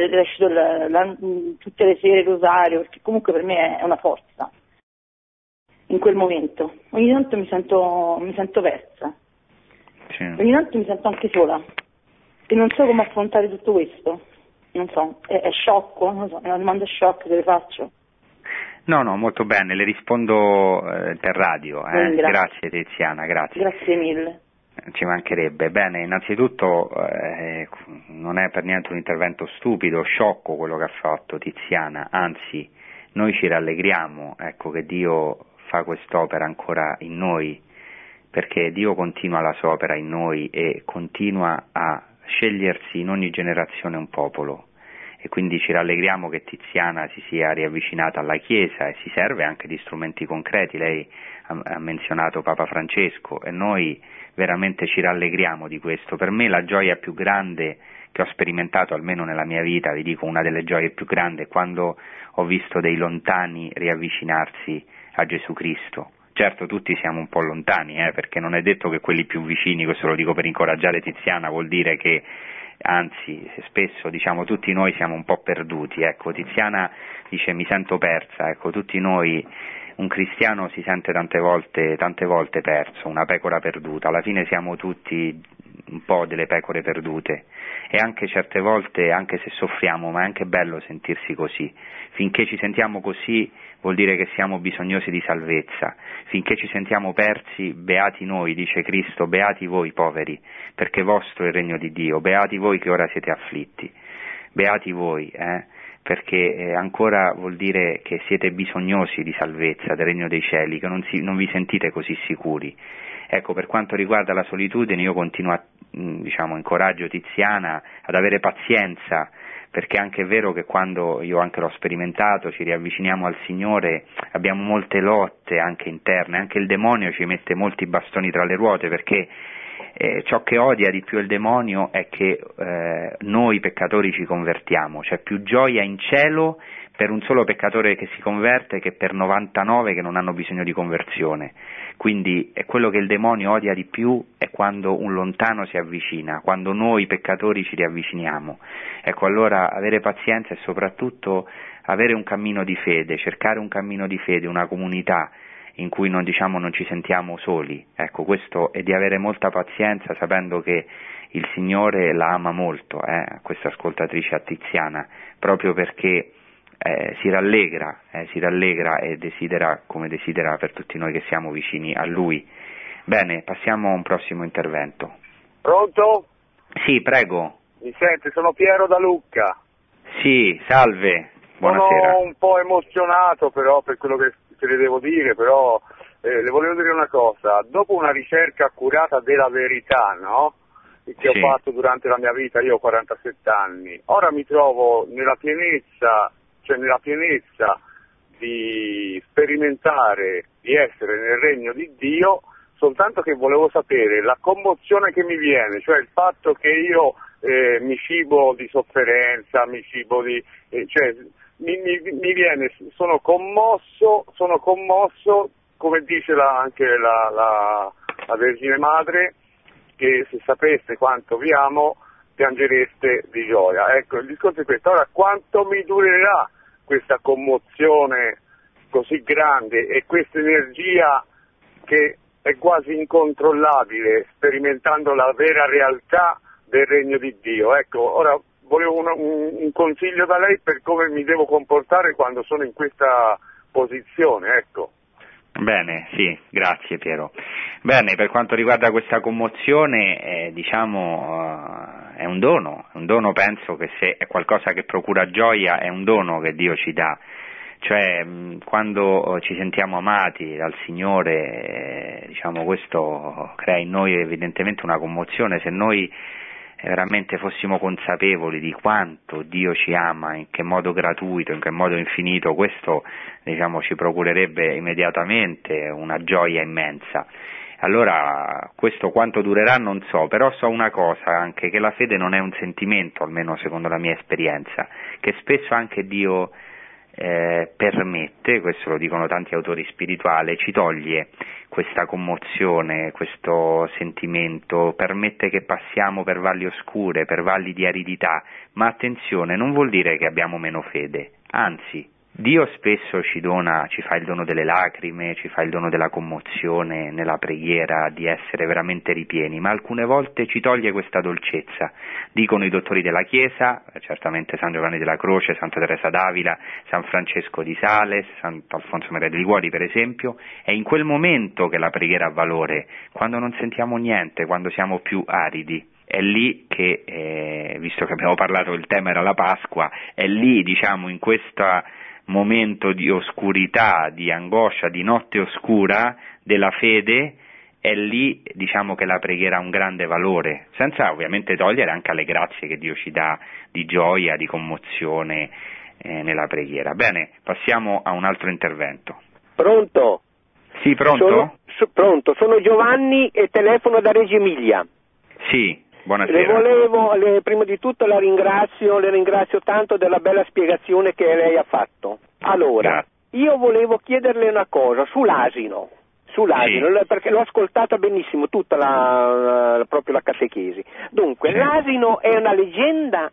le sere, il rosario, perché comunque per me è una forza in quel momento. Ogni tanto mi sento persa. Sì. Ogni tanto mi sento anche sola e non so come affrontare tutto questo. Non so, è sciocco, non so, è una domanda shock che le faccio. No, molto bene, le rispondo per radio. Grazie. Grazie Tiziana, grazie. Grazie mille. Ci mancherebbe. Bene, innanzitutto non è per niente un intervento stupido, sciocco quello che ha fatto Tiziana, anzi noi ci rallegriamo, ecco, che Dio fa quest'opera ancora in noi, perché Dio continua la sua opera in noi e continua a scegliersi in ogni generazione un popolo, e quindi ci rallegriamo che Tiziana si sia riavvicinata alla Chiesa e si serve anche di strumenti concreti. Lei ha menzionato Papa Francesco e noi veramente ci rallegriamo di questo. Per me la gioia più grande che ho sperimentato, almeno nella mia vita, vi dico una delle gioie più grandi, è quando ho visto dei lontani riavvicinarsi a Gesù Cristo. Certo, tutti siamo un po' lontani, perché non è detto che quelli più vicini, questo lo dico per incoraggiare Tiziana, vuol dire che, anzi, spesso diciamo tutti noi siamo un po' perduti, ecco. Tiziana dice mi sento persa, ecco, tutti noi, un cristiano si sente tante volte perso, una pecora perduta, alla fine siamo tutti un po' delle pecore perdute, e anche certe volte, anche se soffriamo, ma è anche bello sentirsi così. Finché ci sentiamo così vuol dire che siamo bisognosi di salvezza. Finché ci sentiamo persi, beati noi, dice Cristo, beati voi poveri, perché vostro è il regno di Dio, beati voi che ora siete afflitti, beati voi, perché ancora vuol dire che siete bisognosi di salvezza, del regno dei cieli, che non vi sentite così sicuri. Ecco, per quanto riguarda la solitudine, io continuo incoraggio Tiziana ad avere pazienza, perché anche è vero che quando, io anche l'ho sperimentato, ci riavviciniamo al Signore, abbiamo molte lotte anche interne, anche il demonio ci mette molti bastoni tra le ruote, perché ciò che odia di più il demonio è che noi peccatori ci convertiamo, c'è più gioia in cielo per un solo peccatore che si converte che per 99 che non hanno bisogno di conversione. Quindi è quello che il demonio odia di più è quando un lontano si avvicina, quando noi peccatori ci riavviciniamo. Ecco, allora avere pazienza e soprattutto avere un cammino di fede, cercare un cammino di fede, una comunità in cui non ci sentiamo soli. Ecco, questo è di avere molta pazienza sapendo che il Signore la ama molto, questa ascoltatrice a Tiziana, proprio perché si rallegra e desidera come desidera per tutti noi che siamo vicini a Lui. Bene, passiamo a un prossimo intervento. Pronto? Sì, prego. Mi sente? Sono Piero da Lucca. Sì, salve, buonasera. Sono un po' emozionato però per quello che le devo dire, però le volevo dire una cosa. Dopo una ricerca accurata della verità, no? Che ho fatto durante la mia vita, io ho 47 anni, ora mi trovo nella pienezza di sperimentare di essere nel regno di Dio, soltanto che volevo sapere la commozione che mi viene, cioè il fatto che io mi cibo di sofferenza, mi cibo di... mi viene, sono commosso, come dice anche la Vergine Madre, che se sapeste quanto vi amo piangereste di gioia. Ecco, il discorso è questo. Ora, quanto mi durerà questa commozione così grande e questa energia che è quasi incontrollabile, sperimentando la vera realtà del regno di Dio? Ecco, ora volevo un consiglio da lei per come mi devo comportare quando sono in questa posizione, ecco. Bene, sì, grazie Piero. Bene, per quanto riguarda questa commozione, è un dono, penso che se è qualcosa che procura gioia, è un dono che Dio ci dà. Cioè, quando ci sentiamo amati dal Signore, questo crea in noi evidentemente una commozione. Se noi veramente fossimo consapevoli di quanto Dio ci ama, in che modo gratuito, in che modo infinito, questo ci procurerebbe immediatamente una gioia immensa. Allora, questo quanto durerà non so, però so una cosa anche, che la fede non è un sentimento, almeno secondo la mia esperienza, che spesso anche Dio permette, questo lo dicono tanti autori spirituali, ci toglie questa commozione, questo sentimento, permette che passiamo per valli oscure, per valli di aridità, ma attenzione, non vuol dire che abbiamo meno fede, anzi, Dio spesso ci fa il dono delle lacrime, ci fa il dono della commozione nella preghiera, di essere veramente ripieni, ma alcune volte ci toglie questa dolcezza. Dicono i dottori della Chiesa, certamente San Giovanni della Croce, Santa Teresa d'Avila, San Francesco di Sales, Sant'Alfonso Maria de Liguori per esempio, è in quel momento che la preghiera ha valore, quando non sentiamo niente, quando siamo più aridi. È lì che, visto che abbiamo parlato, il tema era la Pasqua, è lì, in questo momento di oscurità, di angoscia, di notte oscura della fede, è lì che la preghiera ha un grande valore, senza ovviamente togliere anche alle grazie che Dio ci dà di gioia, di commozione nella preghiera. Bene, passiamo a un altro intervento. Pronto? Sì, pronto? Pronto, sono Giovanni e telefono da Reggio Emilia. Sì. Buonasera. Prima di tutto le ringrazio tanto della bella spiegazione che lei ha fatto. Allora, io volevo chiederle una cosa sull'asino, sì, perché l'ho ascoltata benissimo tutta proprio la catechesi. Dunque, sì. L'asino è una leggenda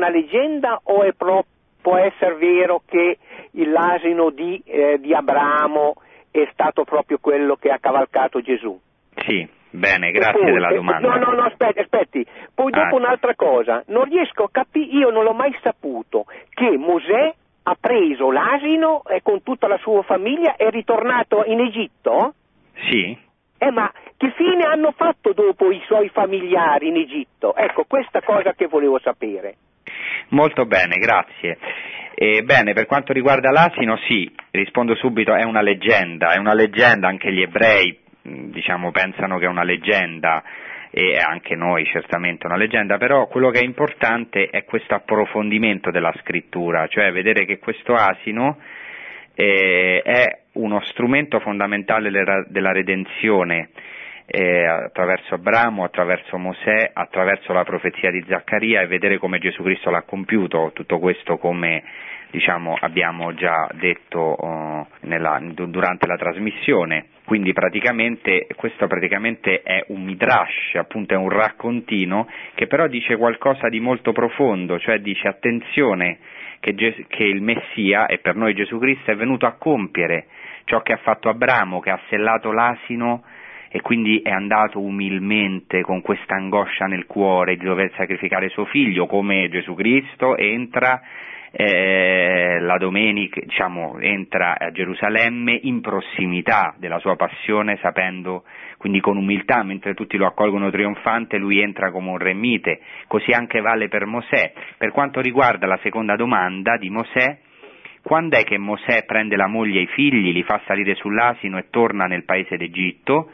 o può essere vero che l'asino di Abramo è stato proprio quello che ha cavalcato Gesù? Sì. Bene, grazie della domanda. No, aspetti. Poi dopo un'altra cosa, non riesco a capire, io non l'ho mai saputo, che Mosè ha preso l'asino e con tutta la sua famiglia è ritornato in Egitto? Sì. Ma che fine hanno fatto dopo i suoi familiari in Egitto? Ecco, questa cosa che volevo sapere. Molto bene, grazie. Bene, per quanto riguarda l'asino, sì, rispondo subito, è una leggenda, anche gli ebrei pensano che è una leggenda, e anche noi certamente una leggenda, però quello che è importante è questo approfondimento della scrittura, cioè vedere che questo asino è uno strumento fondamentale della redenzione, attraverso Abramo, attraverso Mosè, attraverso la profezia di Zaccaria, e vedere come Gesù Cristo l'ha compiuto. Tutto questo, come abbiamo già detto durante la trasmissione. Quindi questo praticamente è un midrash, appunto è un raccontino che però dice qualcosa di molto profondo, cioè dice attenzione che il Messia, e per noi Gesù Cristo, è venuto a compiere ciò che ha fatto Abramo, che ha sellato l'asino e quindi è andato umilmente con questa angoscia nel cuore di dover sacrificare suo figlio, come Gesù Cristo entra la domenica, entra a Gerusalemme in prossimità della sua passione, sapendo, quindi con umiltà, mentre tutti lo accolgono trionfante, lui entra come un re mite. Così anche vale per Mosè. Per quanto riguarda la seconda domanda di Mosè, quando è che Mosè prende la moglie e i figli, li fa salire sull'asino e torna nel paese d'Egitto?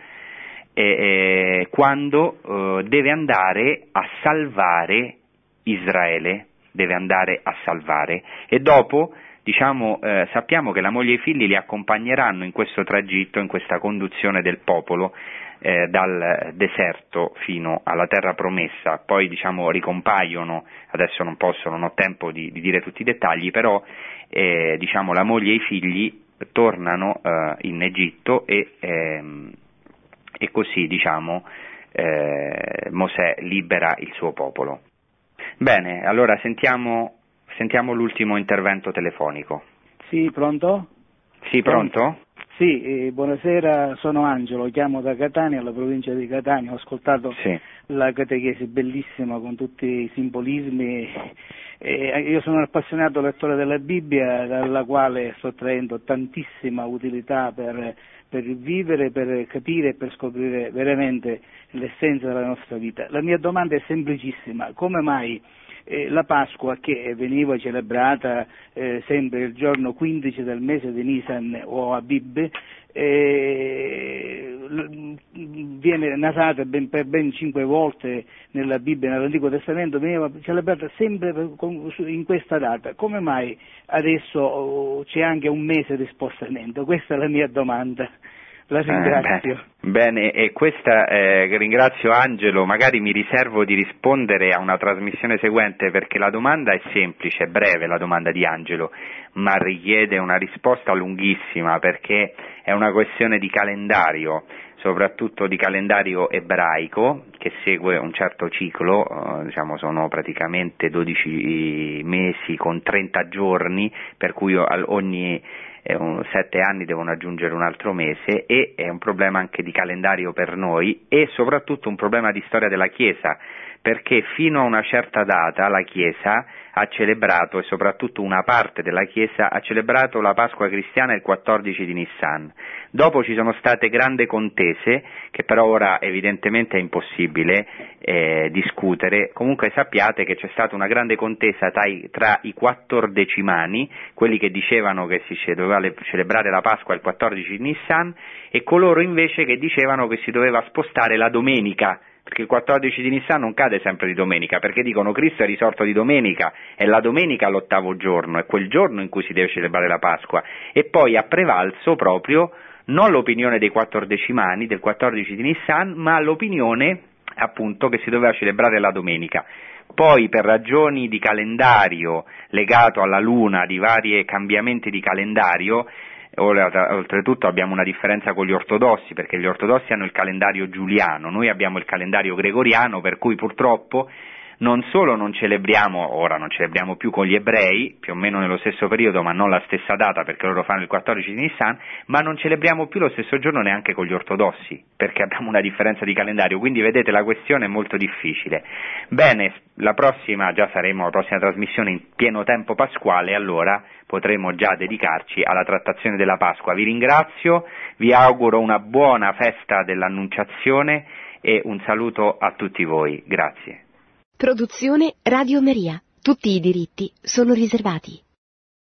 Quando deve andare a salvare Israele, e dopo sappiamo che la moglie e i figli li accompagneranno in questo tragitto, in questa conduzione del popolo dal deserto fino alla terra promessa. Poi ricompaiono, adesso non ho tempo di dire tutti i dettagli, però la moglie e i figli tornano in Egitto e così Mosè libera il suo popolo. Bene, allora sentiamo l'ultimo intervento telefonico. Sì, pronto? Sì, pronto? Sì, buonasera, sono Angelo, chiamo da Catania, alla provincia di Catania, ho ascoltato la catechesi bellissima con tutti i simbolismi. Io sono un appassionato lettore della Bibbia, dalla quale sto traendo tantissima utilità per vivere, per capire e per scoprire veramente l'essenza della nostra vita. La mia domanda è semplicissima: come mai la Pasqua, che veniva celebrata sempre il giorno 15 del mese di Nisan o Abib, viene narrata per ben 5 volte nella Bibbia, nell'Antico Testamento, veniva celebrata sempre in questa data? Come mai adesso c'è anche un mese di spostamento? Questa è la mia domanda. La ringrazio. Bene, e questa ringrazio Angelo, magari mi riservo di rispondere a una trasmissione seguente, perché la domanda è semplice, è breve la domanda di Angelo, ma richiede una risposta lunghissima, perché è una questione di calendario, soprattutto di calendario ebraico, che segue un certo ciclo, sono praticamente 12 mesi con 30 giorni, per cui ogni 7 anni devono aggiungere un altro mese, e è un problema anche di calendario per noi, e soprattutto un problema di storia della Chiesa, perché fino a una certa data la Chiesa ha celebrato, e soprattutto una parte della Chiesa ha celebrato la Pasqua cristiana il 14 di Nissan. Dopo ci sono state grandi contese, che però ora evidentemente è impossibile discutere. Comunque sappiate che c'è stata una grande contesa tra i 14mani, quelli che dicevano che si doveva celebrare la Pasqua il 14 di Nissan, e coloro invece che dicevano che si doveva spostare la domenica, perché il 14 di Nissan non cade sempre di domenica, perché dicono Cristo è risorto di domenica, è la domenica l'8° giorno, è quel giorno in cui si deve celebrare la Pasqua. E poi ha prevalso proprio non l'opinione dei 14mani del 14 di Nissan, ma l'opinione appunto che si doveva celebrare la domenica. Poi per ragioni di calendario legato alla luna, di vari cambiamenti di calendario, oltretutto abbiamo una differenza con gli ortodossi, perché gli ortodossi hanno il calendario giuliano, noi abbiamo il calendario gregoriano, per cui purtroppo non solo non celebriamo più con gli ebrei, più o meno nello stesso periodo ma non la stessa data, perché loro fanno il 14 di Nissan, ma non celebriamo più lo stesso giorno neanche con gli ortodossi, perché abbiamo una differenza di calendario, quindi vedete la questione è molto difficile. Bene, la prossima trasmissione in pieno tempo pasquale, allora potremo già dedicarci alla trattazione della Pasqua. Vi ringrazio, vi auguro una buona festa dell'Annunciazione e un saluto a tutti voi. Grazie. Produzione Radio Maria. Tutti i diritti sono riservati.